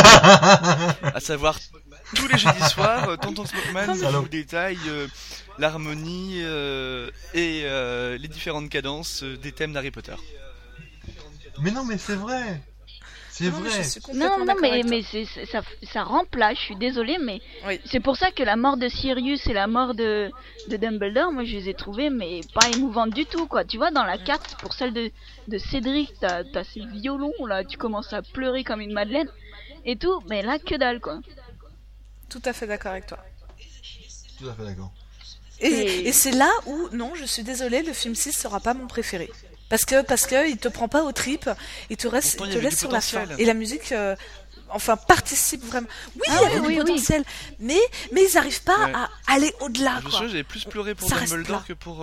à savoir tous les jeudis soirs, Tonton Smokeman Salaud. vous détaille l'harmonie et les différentes cadences des thèmes d'Harry Potter. Mais non, mais c'est vrai. C'est Non, mais vrai. je suis complètement Non, d'accord avec toi. mais ça remplace, je suis désolée, mais Oui. c'est pour ça que la mort de Sirius et la mort de Dumbledore, moi je les ai trouvées, mais pas émouvantes du tout, quoi. Tu vois, dans la 4, pour celle de Cédric, t'as ces violons, là, tu commences à pleurer comme une madeleine, et tout, mais là, que dalle, quoi. Tout à fait d'accord avec toi. Tout à fait d'accord. Et c'est là où, non, je suis désolée, le film 6 sera pas mon préféré. Parce que il te prend pas aux tripes, il te Pourtant, il y avait laisse du sur la fin. potentiel. Et la musique, participent vraiment. Oui, il y avait du potentiel, mais ils n'arrivent pas à aller au-delà. Je me souviens, j'avais plus pleuré pour Dumbledore que pour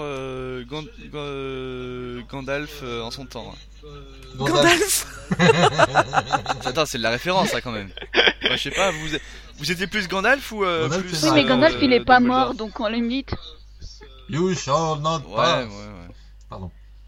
Gandalf en son temps. Gandalf. Attends, c'est de la référence, ça, quand même. Enfin, je sais pas, vous étiez plus Gandalf ou plus... Oui, mais Gandalf, il est pas mort, donc on limite. You shall not pass. Ouais. Pardon.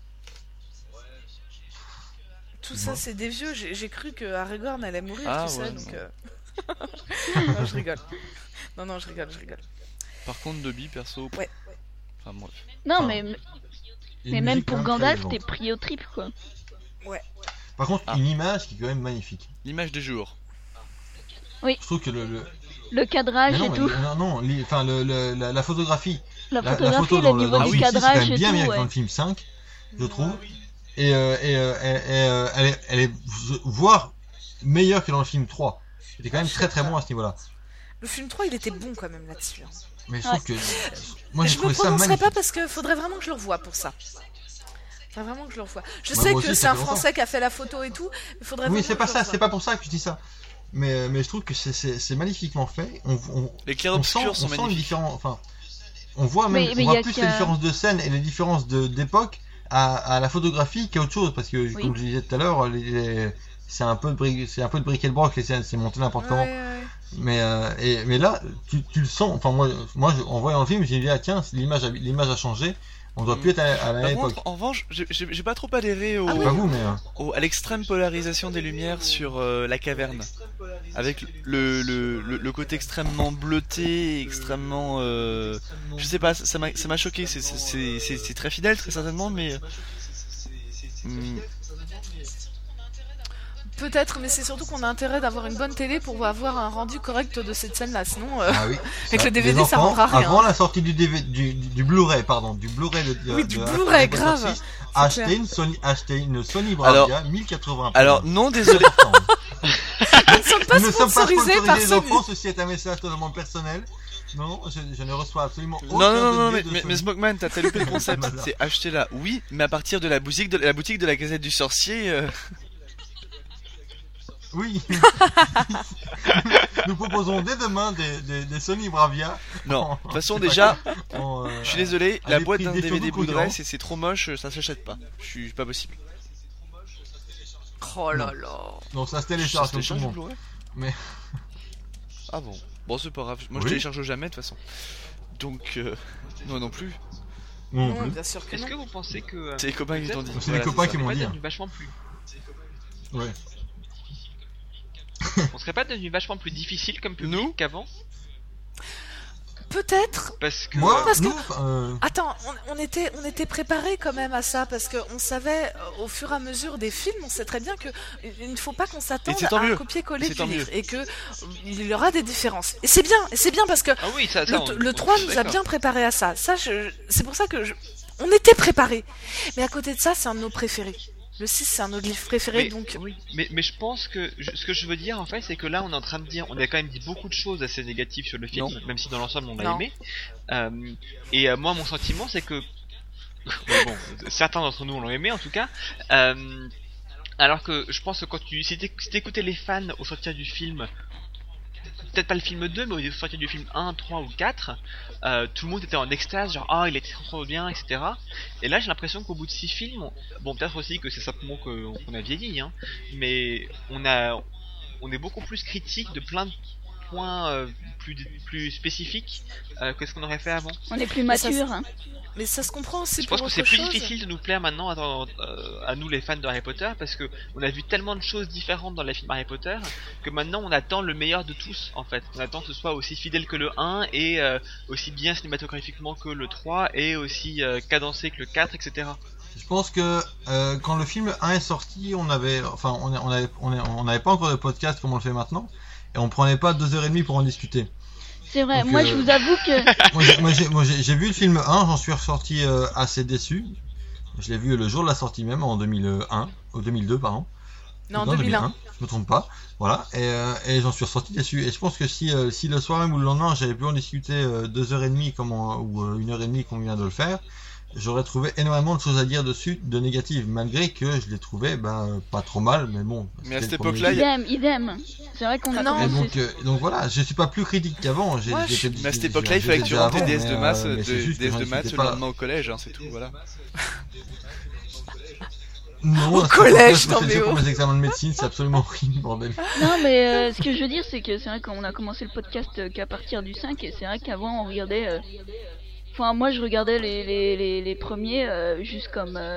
Tout ça, c'est des vieux. J'ai cru que Aragorn allait mourir, Ah, tu sais, ouais, donc... non. Non, je rigole. Non, je rigole. Par contre, Dobby, perso... Ouais. Enfin, bref. Non, Enfin, mais même pour Gandalf, t'es pris au trip, quoi. Ouais. Par contre, une image qui est quand même magnifique. L'image du jour. Oui. Je trouve que Le cadrage mais et tout. la photographie. La La photographie, photo le dans niveau dans du le film 6, c'est quand cadrage même et bien tout, mieux que ouais. dans le film 5, je trouve. Et elle est voire meilleure que dans le film 3. C'était quand même très très bon à ce niveau-là. Le film 3, il était bon quand même là-dessus. Mais je trouve que moi Je j'ai me trouvé ça prononcerai magnifique. pas parce que faudrait vraiment que je le revoie pour ça. Faudrait vraiment que je le revoie. Je Bah, sais moi que aussi, c'est ça un fait longtemps. Français qui a fait la photo et tout, mais faudrait Oui, vraiment c'est pas que je ça, le c'est revoie. pas pour ça que je dis ça. Mais je trouve que c'est magnifiquement fait. Les clairs-obscurs sont on sent les magnifiques. différents. Enfin, on voit même, Mais on voit y a plus qu'à- les différences de scène et les différences d'époque à la photographie qu'à autre chose, parce que comme je disais tout à l'heure, c'est un peu de bric et de broc, les scènes, c'est monté n'importe comment. Ouais. Mais là, tu le sens. Enfin moi, en voyant le film, j'ai dit tiens, l'image a changé. On doit plus être à la Par époque. contre, en revanche, j'ai pas trop adhéré Pas vous, mais à l'extrême polarisation des lumières sur la caverne. Avec le côté extrêmement bleuté, extrêmement... je sais pas, ça m'a choqué, c'est très fidèle très certainement, mais... Peut-être, mais c'est surtout qu'on a intérêt d'avoir une bonne télé pour avoir un rendu correct de cette scène-là. Sinon, ah oui. avec le DVD, Les ça enfants, rendra rien. Avant la sortie du Blu-ray, du Blu-ray Oui, du de Blu-ray, Harry Potter grave. 6, C'est achetez une Sony Bravia 1080p. Alors, non, désolé. Nous ne sommes pas Nous ne sommes pas sponsorisés par sponsorisés les Sony. enfants, ceci est un message totalement personnel. Non, je ne reçois absolument aucun Non, DVD de mais Sony. Smokeman, t'as loupé le concept. Voilà. C'est acheter là, oui, mais à partir de la boutique de la Gazette du Sorcier. Oui. Nous proposons dès demain des Sony Bravia. Non, de toute façon, Je sais déjà, pas, je suis désolé, à la des boîte prix d'un DVD défendus Blu-ray, concurrents. c'est trop moche, ça s'achète pas. Je suis pas possible. Oh là là. Donc ça se télécharge Je comme tout le télécharge le monde. Blu-ray Mais Ah bon. Bon, c'est pas grave. Moi, je Oui. télécharge jamais de toute façon. Donc, moi non plus. non Non, plus. bien sûr que Est-ce non. que vous pensez que C'est les copains qui t'ont dit. C'est les copains ça. qui on m'ont serait dit. pas devenu vachement plus Ouais. on serait pas devenu vachement plus difficile comme public Nous qu'avant Peut-être. parce que Moi, parce que- nous, Attends, on était préparés quand même à ça parce qu'on savait au fur et à mesure des films, on sait très bien que il ne faut pas qu'on s'attende Et c'est tant à un mieux. copier-coller C'est du tant livre mieux. et que il y aura des différences. Et c'est bien parce que ah oui ça le 3 nous a bien préparé à ça. C'est pour ça que on était préparés. Mais à côté de ça, c'est un de nos préférés. Le 6, c'est un de nos livres préférés, mais, donc oui. mais je pense que ce que je veux dire en fait c'est que là on est en train de dire on a quand même dit beaucoup de choses assez négatives sur le film Non. même si dans l'ensemble on l'a Non. aimé moi mon sentiment c'est que mais bon certains d'entre nous l'ont aimé en tout cas alors que je pense que quand si t'écoutais les fans au sortir du film peut-être pas le film 2 mais au sortir du film 1, 3 ou 4 tout le monde était en extase genre ah il était trop bien etc et là j'ai l'impression qu'au bout de 6 films bon peut-être aussi que c'est simplement qu'on a vieilli hein, mais on est beaucoup plus critique de plein de points plus spécifiques que ce qu'on aurait fait avant. On est plus Mais ça, mature. Hein. mais ça se comprend aussi Je pour pense que autre c'est plus chose. difficile de nous plaire maintenant à nous les fans de Harry Potter parce que on a vu tellement de choses différentes dans les films Harry Potter que maintenant on attend le meilleur de tous en fait. On attend que ce soit aussi fidèle que le 1 et aussi bien cinématographiquement que le 3 et aussi cadencé que le 4 etc. je pense que quand le film 1 est sorti, on n'avait pas encore de podcast comme on le fait maintenant, et on prenait pas 2h30 pour en discuter. C'est vrai, Donc, moi je vous avoue que Moi j'ai vu le film 1, j'en suis ressorti assez déçu. Je l'ai vu le jour de la sortie même, en 2001, ou 2002 pardon. Non, 2001. Je me trompe pas. Voilà, et j'en suis ressorti déçu. Et je pense que si le soir même ou le lendemain j'avais pu en discuter 2h30 ou 1h30 comme on vient de le faire, j'aurais trouvé énormément de choses à dire dessus, de négatives, malgré que je les trouvais pas trop mal, mais bon. Mais à cette époque-là, idem. C'est vrai qu'on a commencé. Donc voilà, je suis pas plus critique qu'avant. Mais à cette époque-là, il fallait que tu rentres tes DS de maths, le lendemain au collège, c'est tout, voilà. Non, au collège, pour mes examens de médecine, c'est absolument horrible, bordel. Non, mais ce que je veux dire, c'est que c'est vrai qu'on a commencé le podcast qu'à partir du 5, et c'est vrai qu'avant, on regardait... Enfin, moi, je regardais les premiers juste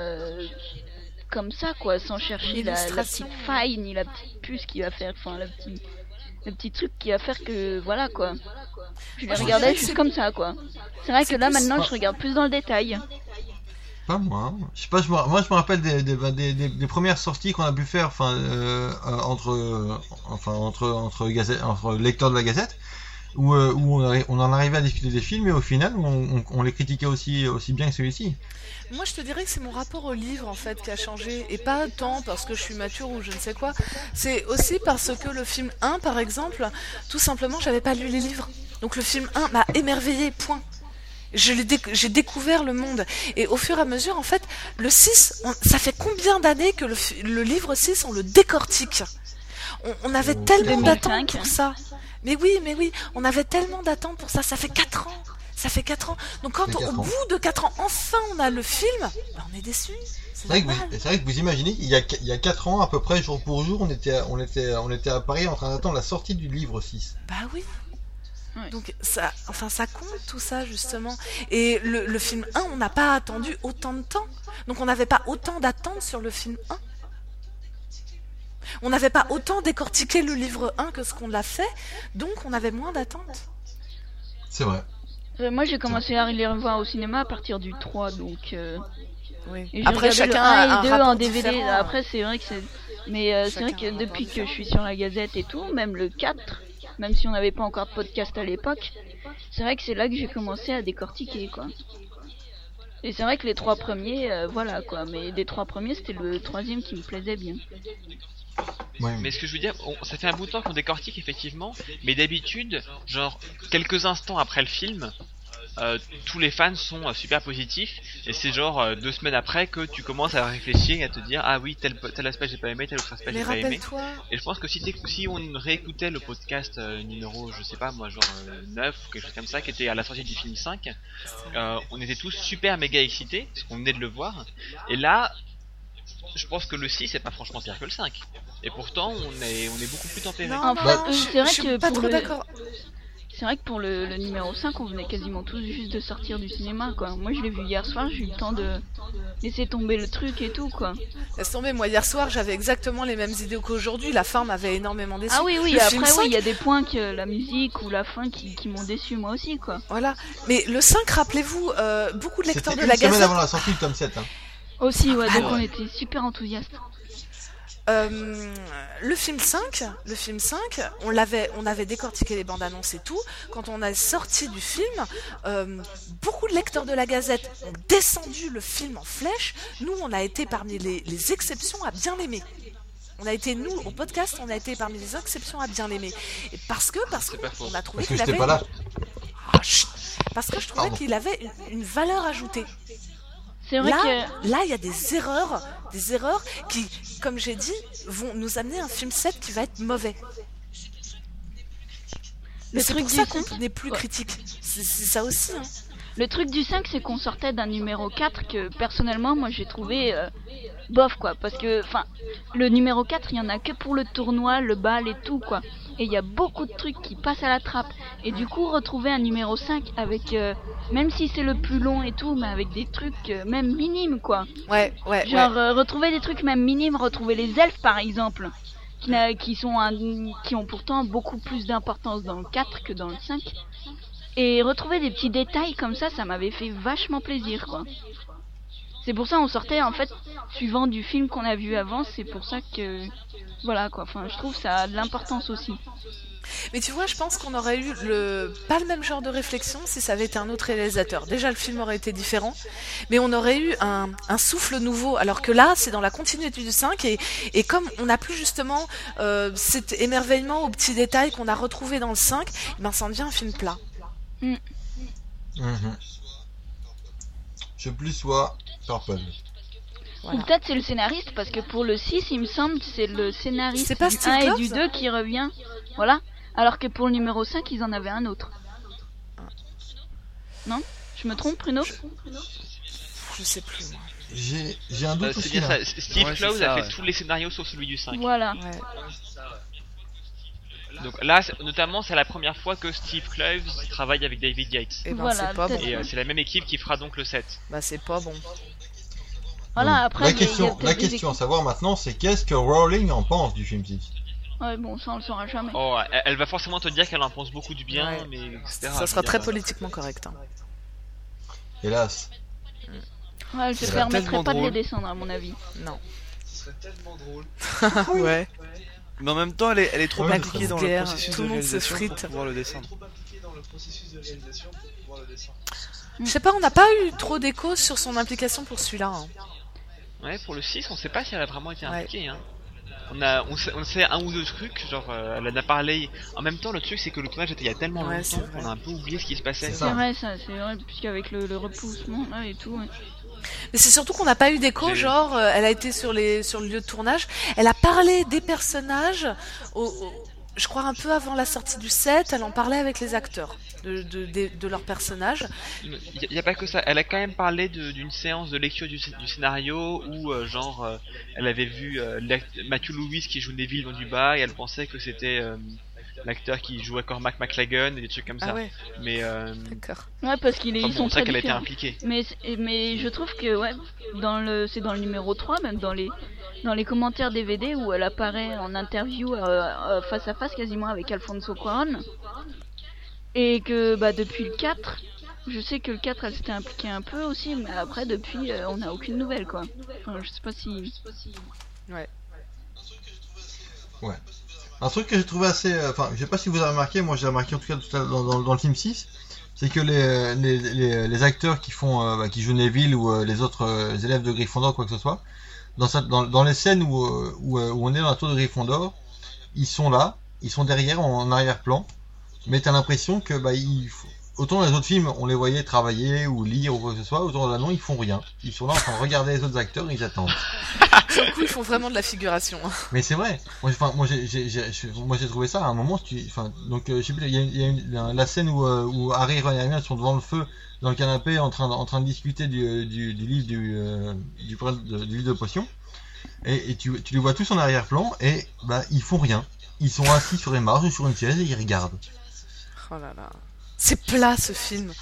comme ça, quoi, sans chercher la petite faille, ni la petite puce qui va faire... Enfin, le petit truc qui va faire que... Voilà, quoi. Je les regardais juste comme ça, quoi. C'est vrai que là, maintenant, je regarde plus dans le détail. Pas moi. Je sais pas, moi je me rappelle des premières sorties qu'on a pu faire, entre lecteurs de la Gazette, où on en arrivait à discuter des films, et au final on les critiquait aussi bien que celui-ci. Moi je te dirais que c'est mon rapport au livre en fait qui a changé, et pas tant parce que je suis mature ou je ne sais quoi, c'est aussi parce que le film 1 par exemple, tout simplement j'avais pas lu les livres, donc le film 1 m'a émerveillé, point. J'ai découvert le monde, et au fur et à mesure en fait le 6, ça fait combien d'années que le livre 6 on le décortique, on avait tellement d'attentes pour ça, mais oui, on avait tellement d'attentes pour ça, ça fait 4 ans, donc quand au bout de 4 ans enfin on a le film, on est déçus. C'est vrai que vous imaginez, il y a 4 ans à peu près, jour pour jour, on était à Paris en train d'attendre la sortie du livre 6. Bah oui. Ouais. Donc ça compte tout ça justement, et le film 1 on n'a pas attendu autant de temps, donc on n'avait pas autant d'attentes sur le film 1, on n'avait pas autant décortiqué le livre 1 que ce qu'on l'a fait, donc on avait moins d'attentes. C'est vrai. Moi j'ai commencé à les revoir au cinéma à partir du 3, donc oui. Et après chacun a un 2 en DVD différent. Après c'est vrai que c'est vrai que depuis que je suis sur la Gazette et tout, même le 4, même si on n'avait pas encore de podcast à l'époque, c'est vrai que c'est là que j'ai commencé à décortiquer, quoi. Et c'est vrai que les 3 premiers, voilà, quoi. Mais des 3 premiers, c'était le 3e qui me plaisait bien. Ouais. Mais ce que je veux dire, ça fait un bout de temps qu'on décortique, effectivement, mais d'habitude, genre, quelques instants après le film, tous les fans sont super positifs, et c'est genre 2 semaines après que tu commences à réfléchir et à te dire ah oui, tel aspect j'ai pas aimé, tel autre aspect j'ai pas aimé. Et je pense que si on réécoutait le podcast numéro, je sais pas moi, genre 9 ou quelque chose comme ça, qui était à la sortie du film 5, on était tous super méga excités parce qu'on venait de le voir, et là je pense que le 6 c'est pas franchement pire que le 5, et pourtant on est beaucoup plus tempéré. Enfin, c'est vrai je suis que pas trop d'accord. C'est vrai que pour le numéro 5, on venait quasiment tous juste de sortir du cinéma, quoi. Moi, je l'ai vu hier soir, j'ai eu le temps de laisser tomber le truc et tout, quoi. Laisse tomber, moi, hier soir, j'avais exactement les mêmes idées qu'aujourd'hui. La fin m'avait énormément déçu. Ah oui, après, oui, il y a des points que la musique ou la fin qui m'ont déçu, moi aussi, quoi. Voilà. Mais le 5, rappelez-vous, beaucoup de lecteurs de la Gazette... C'était une semaine avant la sortie du tome 7, hein. Aussi, ouais, donc on était super enthousiastes. Le film 5, on avait décortiqué les bandes annonces et tout. Quand on est sorti du film, beaucoup de lecteurs de la Gazette ont descendu le film en flèche. Nous, on a été parmi les exceptions à bien l'aimer. Nous, au podcast, on a été parmi les exceptions à bien l'aimer. Et parce qu'on a trouvé qu'il avait... pas là. Parce que je trouvais qu'il avait une valeur ajoutée. C'est vrai là, il y a des erreurs qui, comme j'ai dit, vont nous amener à un film 7 qui va être mauvais. Mais c'est pour ça qu'on n'est plus critique. C'est ça aussi, hein. Le truc du 5, c'est qu'on sortait d'un numéro 4 que, personnellement, moi, j'ai trouvé bof, quoi. Parce que, enfin, le numéro 4, il y en a que pour le tournoi, le bal et tout, quoi. Et il y a beaucoup de trucs qui passent à la trappe. Et du coup, retrouver un numéro 5 avec, même si c'est le plus long et tout, mais avec des trucs même minimes, quoi. Ouais. Retrouver des trucs même minimes, retrouver les elfes, par exemple, qui ont pourtant beaucoup plus d'importance dans le 4 que dans le 5. Et retrouver des petits détails comme ça m'avait fait vachement plaisir, quoi. C'est pour ça on sortait, en fait, suivant du film qu'on a vu avant, c'est pour ça que... Voilà, quoi. Enfin, je trouve ça a de l'importance aussi. Mais tu vois, je pense qu'on aurait eu pas le même genre de réflexion si ça avait été un autre réalisateur. Déjà, le film aurait été différent, mais on aurait eu un souffle nouveau, alors que là, c'est dans la continuité du 5, et comme on n'a plus justement cet émerveillement aux petits détails qu'on a retrouvé dans le 5, ben ça en devient un film plat. Je plus soit Purple. Voilà. Ou peut-être c'est le scénariste, parce que pour le 6, il me semble, c'est le scénariste C'est pas du Steve 1 et Kloves du 2 qui revient. Voilà. Alors que pour le numéro 5, ils en avaient un autre. Non? Je me trompe, Bruno? Je sais plus, moi. J'ai un doute C'est aussi bien là. ça. Steve Ouais, Kloves c'est ça, a fait ouais. tous les scénarios sauf celui du 5. Voilà. Ouais. Donc là, notamment, c'est la première fois que Steve Kloves travaille avec David Yates. Et ben Voilà, c'est pas bon. peut-être. Et c'est la même équipe qui fera donc le 7. Bah c'est pas bon. Voilà, Donc, après, la il y a question peut-être des à savoir maintenant, c'est qu'est-ce que Rowling en pense du film 6? Ouais, bon, ça on le saura jamais. Oh, elle va forcément te dire qu'elle en pense beaucoup du bien, Ouais. mais etc. Ça sera très politiquement correct. Hein. Hélas. Ouais, elle se C'est permettrait tellement pas de les drôle. descendre, à mon avis. Non. Ce serait tellement drôle. Ouais. Mais en même temps, elle est trop Ouais, impliquée dans le guerre, processus tout de le monde se réalisation frite. pour pouvoir le descendre. Je sais pas, on n'a pas eu trop d'écho sur son implication pour celui-là. Hein. Ouais, pour le 6, on sait pas si elle a vraiment été Ouais. impliquée. Hein. On sait un ou deux trucs, genre elle en a parlé. En même temps, le truc c'est que le tournage était il y a tellement Ouais, c'est longtemps vrai. qu'on a un peu oublié ce qui se passait. C'est C'est ça. vrai, ça, c'est vrai, puisqu'avec le repoussement là, et tout. Ouais. Mais c'est surtout qu'on n'a pas eu d'écho, J'ai- genre elle a été sur le lieu de tournage, elle a parlé des personnages, je crois un peu avant la sortie du set, elle en parlait avec les acteurs de leurs personnages. Il y a pas que ça. Elle a quand même parlé d'une séance de lecture du scénario où elle avait vu Matthew Lewis qui joue Neville dans du bas et elle pensait que c'était l'acteur qui jouait Cormac McLagan et des trucs comme ça. Ah ouais, Mais d'accord. Ouais, parce qu'ils enfin, ils bon, sont c'est vrai très qu'elle a été différents. impliquée. Mais je trouve que ouais, c'est dans le numéro 3, même dans les commentaires DVD où elle apparaît en interview face à face quasiment avec Alfonso Cuarón. Et que bah depuis le 4, je sais que le 4 elle s'était impliquée un peu aussi, mais après depuis on n'a aucune nouvelle quoi. Enfin, je sais pas si. Ouais. Ouais. Un truc que j'ai trouvé assez... Enfin, je sais pas si vous avez remarqué, moi j'ai remarqué en tout cas tout à l'heure dans le film 6, c'est que les acteurs qui font qui jouent Neville ou les autres élèves de Gryffondor, quoi que ce soit, dans les scènes où on est dans la tour de Gryffondor, ils sont là, ils sont derrière, en arrière-plan, mais t'as l'impression que autant dans les autres films on les voyait travailler ou lire ou quoi que ce soit, autant là non, ils font rien. Ils sont là en train de regarder les autres acteurs et ils attendent. Sur le coup, ils font vraiment de la figuration. Hein. Mais c'est vrai. Moi j'ai trouvé ça à un moment. Je sais plus. Il y a la scène où Harry et Ron et Hermione sont devant le feu dans le canapé en train de discuter du livre du livre de potions. Et tu les vois tous en arrière-plan et ils font rien. Ils sont assis sur les marges ou sur une chaise et ils regardent. Oh là là. C'est plat ce film.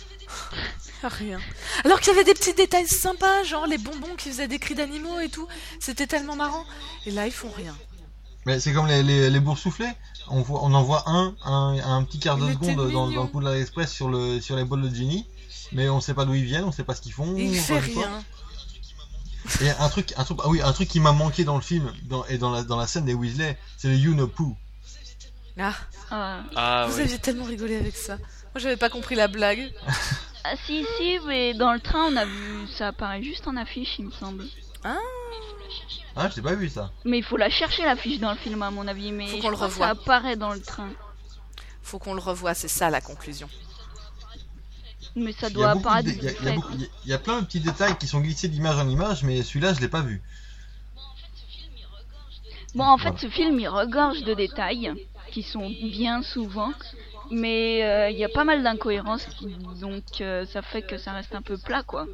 Rien. Alors qu'il y avait des petits détails sympas, genre les bonbons qui faisaient des cris d'animaux et tout. C'était tellement marrant. Et là, ils font rien. Mais c'est comme les boursouflés. On en voit un petit quart de Il était seconde dans mignon. le Poudlard Express sur les bols de Ginny. Mais on sait pas d'où ils viennent, on sait pas ce qu'ils font. Et il fait quoi que ce soit. rien. Et un truc qui m'a manqué dans le film dans la scène des Weasley, c'est le You Know Pooh. Ah Vous ouais. aviez tellement rigolé avec ça. Moi, j'avais pas compris la blague. Ah si, mais dans le train on a vu, ça apparaît juste en affiche il me semble. Ah, je l'ai pas vu ça. Mais il faut la chercher l'affiche dans le film à mon avis, mais Faut je qu'on le crois que revoie. ça apparaît dans le train. Faut qu'on le revoie, c'est ça la conclusion. Mais ça Il y doit a beaucoup apparaître de- vite il y a- il y a fait. beaucoup- il y a plein de petits détails qui sont glissés d'image en image, mais celui-là je l'ai pas vu. Bon, en fait, Voilà. ce film il regorge de détails qui sont bien souvent, mais il y a pas mal d'incohérences, donc ça fait que ça reste un peu plat, quoi.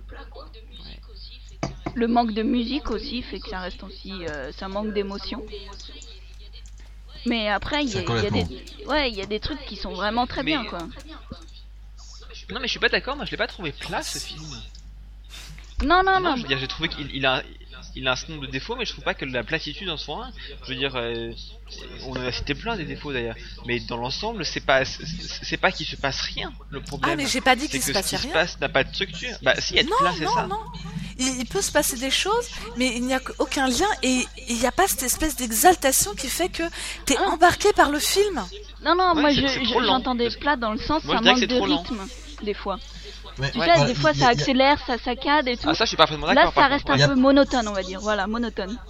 Le manque de musique aussi fait que ça reste aussi, ça manque d'émotion. Mais après, il y a des trucs qui sont vraiment très bien, quoi. Non mais je suis pas d'accord, moi je l'ai pas trouvé plat ce film. Non, Non, je veux dire, j'ai trouvé qu'il a un certain nombre de défauts, mais je trouve pas que la platitude en soit un. Je veux dire, on en a cité plein des défauts d'ailleurs, mais dans l'ensemble, c'est pas qu'il se passe rien. Le problème, Ah, mais j'ai pas dit c'est qu'il que se ce passait qui se rien. passe n'a pas de structure. Bah si, être plat, c'est ça. Non. Il peut se passer des choses, mais il n'y a aucun lien et il n'y a pas cette espèce d'exaltation qui fait que t'es embarqué par le film. Non, Ouais, moi c'est trop lent. j'entendais plat dans le sens Moi, ça je dirais manque que de c'est trop lent. rythme, des fois. Mais, Tu ouais, sais, voilà, des fois il y ça a- accélère, ça saccade et tout. Ah ça, je suis parfaitement Là, d'accord. ça par reste contre, un ouais. peu monotone, on va dire. Voilà, monotone.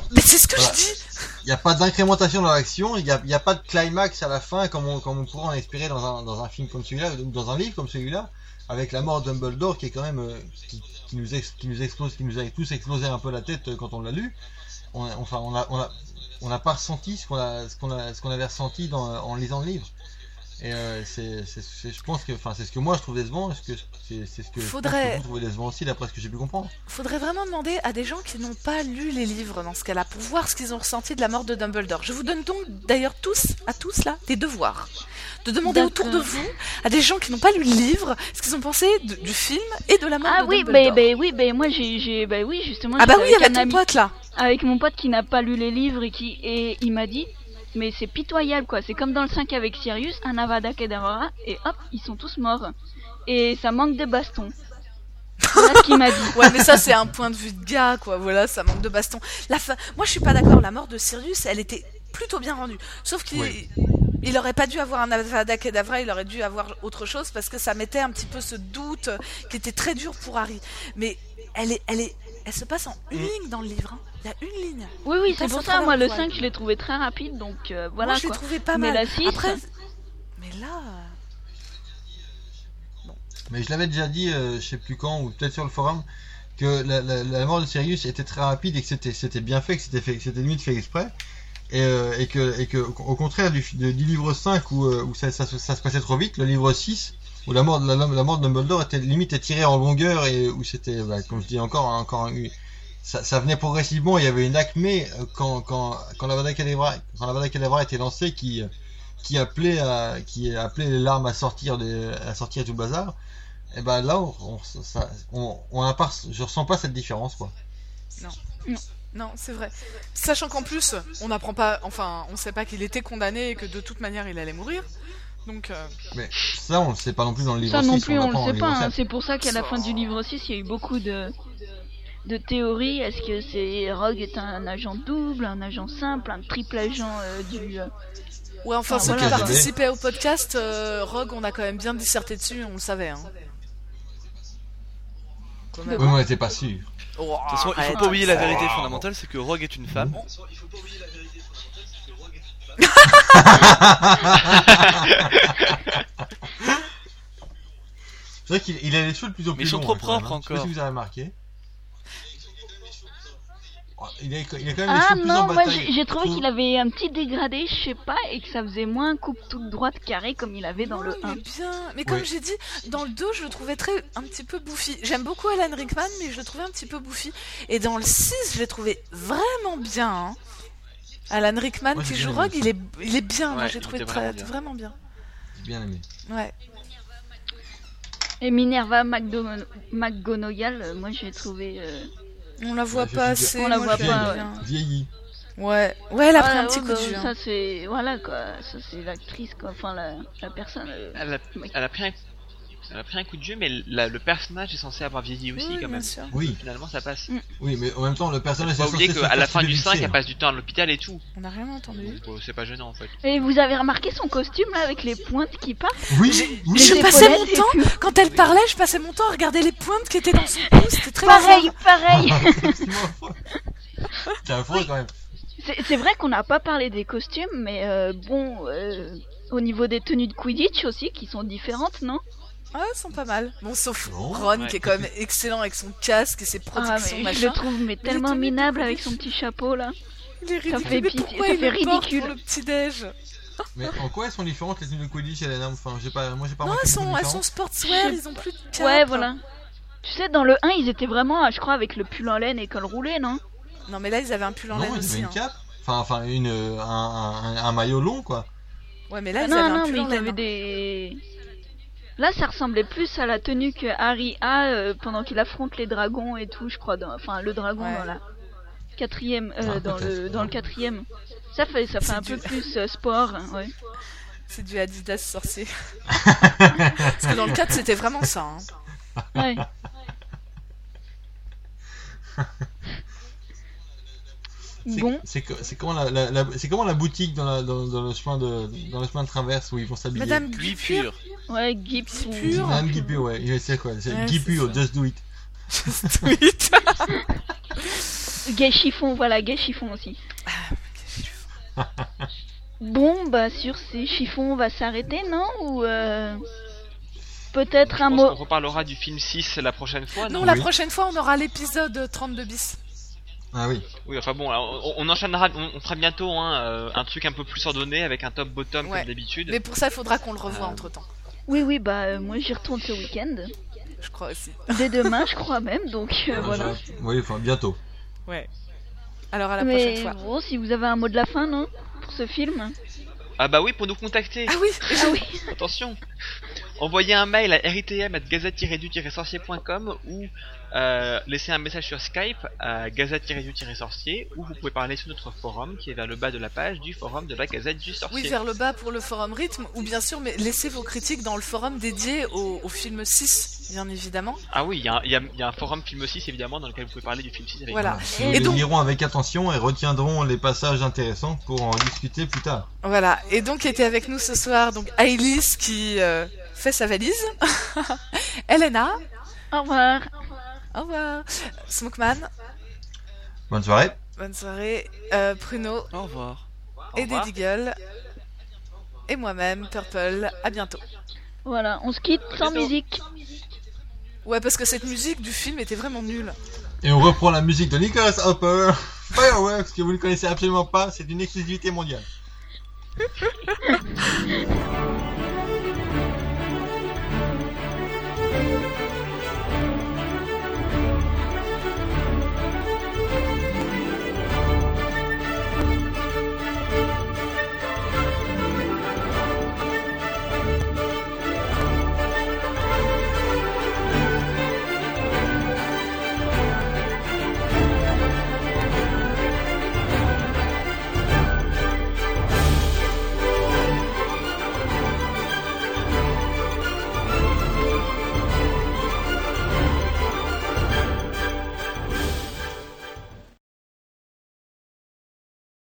Mais c'est ce que Voilà. je dis. Il n'y a pas d'incrémentation dans l'action, il y a pas de climax à la fin comme on pourrait en espérer dans un film comme celui-là, ou dans un livre comme celui-là, avec la mort de Dumbledore qui est quand même qui nous explose, qui nous a tous explosé un peu la tête quand on l'a lu. On n'a pas ressenti ce qu'on avait ressenti en lisant le livre. Et je pense que, c'est ce que moi je trouve décevant, c'est ce que je pense que vous trouvez décevant aussi, d'après ce que j'ai pu comprendre. Faudrait vraiment demander à des gens qui n'ont pas lu les livres dans ce cas-là, pour voir ce qu'ils ont ressenti de la mort de Dumbledore. Je vous donne donc d'ailleurs à tous là, des devoirs. De demander autour de vous, à des gens qui n'ont pas lu le livre, ce qu'ils ont pensé du film et de la mort de Dumbledore. Moi oui, justement. Ah bah oui, avec ton pote là. Avec mon pote qui n'a pas lu les livres et il m'a dit, mais c'est pitoyable quoi, c'est comme dans le 5 avec Sirius, un Avada Kedavra, et hop, ils sont tous morts. Et ça manque de baston. Voilà ce qu'il m'a dit. Ouais, mais ça c'est un point de vue de gars quoi, voilà, ça manque de baston. Moi je suis pas d'accord, la mort de Sirius, elle était plutôt bien rendue. Sauf qu'il aurait pas dû avoir un Avada Kedavra, il aurait dû avoir autre chose parce que ça mettait un petit peu ce doute qui était très dur pour Harry. Mais elle se passe en une ligne dans le livre. Hein. Il y a une ligne. Oui, c'est pour ça. Moi, le 5, je l'ai trouvé très rapide, donc voilà. Moi, je l'ai trouvé pas mal. Mais la 6... Après... Mais là... Bon. Mais je l'avais déjà dit, je sais plus quand, ou peut-être sur le forum, que la mort de Sirius était très rapide et que c'était bien fait, que c'était limite fait exprès. Et que au contraire du livre 5 où ça se passait trop vite, le livre 6 où la mort de Dumbledore était limite étirée en longueur et où c'était comme je dis encore ça venait progressivement, il y avait une acmé quand l'Avada Kedavra a été lancé qui appelait les larmes à sortir et tout le bazar. Et ben là je ressens pas cette différence quoi. Non, c'est vrai. Sachant qu'en plus, on sait pas qu'il était condamné et que de toute manière il allait mourir. Donc Mais ça on le sait pas non plus dans le livre 6. Ça non plus on le sait pas, hein. C'est pour ça qu'à la fin du livre 6, il y a eu beaucoup de théories. Est-ce que c'est Rogue est un agent double, un agent simple, un triple agent Ouais, enfin ceux qui participaient au podcast, Rogue, on a quand même bien disserté dessus, on le savait hein. Oui, on n'était pas sûr. De toute façon, il faut pas oublier la vérité fondamentale, c'est que Rogue est une femme. C'est vrai qu'il a les cheveux de plus en plus longs. Mais ils sont trop propres encore. Je sais pas si vous avez remarqué. Il a quand même les cheveux plus en moi bataille. j'ai trouvé qu'il avait un petit dégradé, je sais pas, et que ça faisait moins coupe toute droite carrée comme il avait dans le 1. Mais comme j'ai dit, dans le 2, je le trouvais un petit peu bouffi. J'aime beaucoup Alan Rickman, mais je le trouvais un petit peu bouffi. Et dans le 6, je l'ai trouvé vraiment bien. Hein. Alan Rickman qui joue Rogue, il est bien. Moi, j'ai trouvé vraiment bien. J'ai bien aimé. Ouais. Et Minerva McGonagall, moi j'ai trouvé... On la voit pas assez. On la voit pas. Vieillie. Ouais, elle a pris un petit coup de vieux. Ça c'est ça c'est l'actrice quoi. Enfin la personne. Elle a pris un coup de vieux, mais le personnage est censé avoir vieilli aussi quand même. Sûr. Oui. Finalement ça passe. Oui, mais en même temps le personnage. Faut pas oublier qu'à la fin du 5, elle passe du temps à l'hôpital et tout. On a rien entendu. Donc c'est pas gênant en fait. Et vous avez remarqué son costume là avec les pointes qui partent? Oui. Je passais mon temps quand elle parlait, je passais mon temps à regarder les pointes qui étaient dans son cou. C'était très pareil. C'est affreux quand même. C'est vrai qu'on n'a pas parlé des costumes, mais au niveau des tenues de Quidditch aussi, qui sont différentes, non? Ouais, elles sont pas mal. Bon, sauf Ron, qui est quand même excellent avec son casque et ses protections, mais je le trouve tellement minable avec son petit chapeau, là. Il est ridicule. Ça fait pourquoi ça il fait le porte ridicule. pour le petit-déj? Mais en quoi elles sont différentes les tenues de Quidditch, Elena? Enfin, j'ai pas Non, elles sont sportswear, ils ont plus de cap. Ouais, voilà. Tu sais, dans le 1, ils étaient vraiment, je crois, avec le pull en laine et col roulé, non? Non, mais là, ils avaient un pull en laine aussi. Non, ils avaient une cape. Enfin, un maillot long, quoi. Ouais, mais là, ils avaient un pull en laine. Non, mais ils avaient des... Là, ça ressemblait plus à la tenue que Harry a pendant qu'il affronte les dragons et tout, je crois. Enfin, le dragon dans la quatrième, dans le quatrième. Ça fait un peu plus sport, hein, ouais. C'est du Adidas sorcier. Parce que dans le 4, c'était vraiment ça. Hein. Ouais. Bon. C'est comment la boutique dans le chemin de traverse où ils vont s'habiller. Madame Guipure. Ouais, Guipure. Madame Guipure, ouais. Je sais quoi. C'est Guipure, just do it. Just do it. Gay chiffon, voilà, gay chiffon aussi. Bon, bah sur ces chiffons, on va s'arrêter, non? Ou peut-être Je un pense mot. qu'on reparlera du film 6 la prochaine fois. Non, Non, la Oui. prochaine fois, on aura l'épisode 32 bis. Ah oui. Oui, enfin bon, alors, on enchaînera, on fera bientôt un truc un peu plus ordonné avec un top-bottom Ouais. comme d'habitude. Mais pour ça, il faudra qu'on le revoie entre-temps. Oui, bah moi j'y retourne ce week-end. Je crois aussi. Dès demain, je crois même, donc voilà. Oui, enfin, bientôt. Ouais. Alors, à la prochaine Mais fois. bon, si vous avez un mot de la fin, non? Pour ce film? Ah bah oui, pour nous contacter. Ah oui, Ah oui. Attention. Envoyez un mail à ritm@gazette-du-sorcier.com ou laissez un message sur Skype à gazette-du-sorcier ou vous pouvez parler sur notre forum qui est vers le bas de la page du forum de la Gazette du Sorcier. oui, vers le bas pour le forum rythme, ou bien sûr, mais laissez vos critiques dans le forum dédié au film 6, bien évidemment. Ah oui, il y a un forum film 6 évidemment dans lequel vous pouvez parler du film 6 avec Voilà. nous. Nous Et les donc- lirons avec attention et retiendrons les passages intéressants pour en discuter plus tard. Voilà. Et donc, était avec nous ce soir, donc, Ailis qui fait sa valise. Elena. Au revoir. Au revoir. Smokeman. Bonne soirée. Bonne soirée. Pruno. Au revoir. Et revoir. Daddy Gueule. Et moi-même, Purple. À bientôt. Voilà, on se quitte sans bientôt. musique. Ouais, parce que cette musique du film était vraiment nulle. Et on reprend la musique de Nicholas Hopper. Fireworks, que vous ne connaissez absolument pas, c'est une exclusivité mondiale.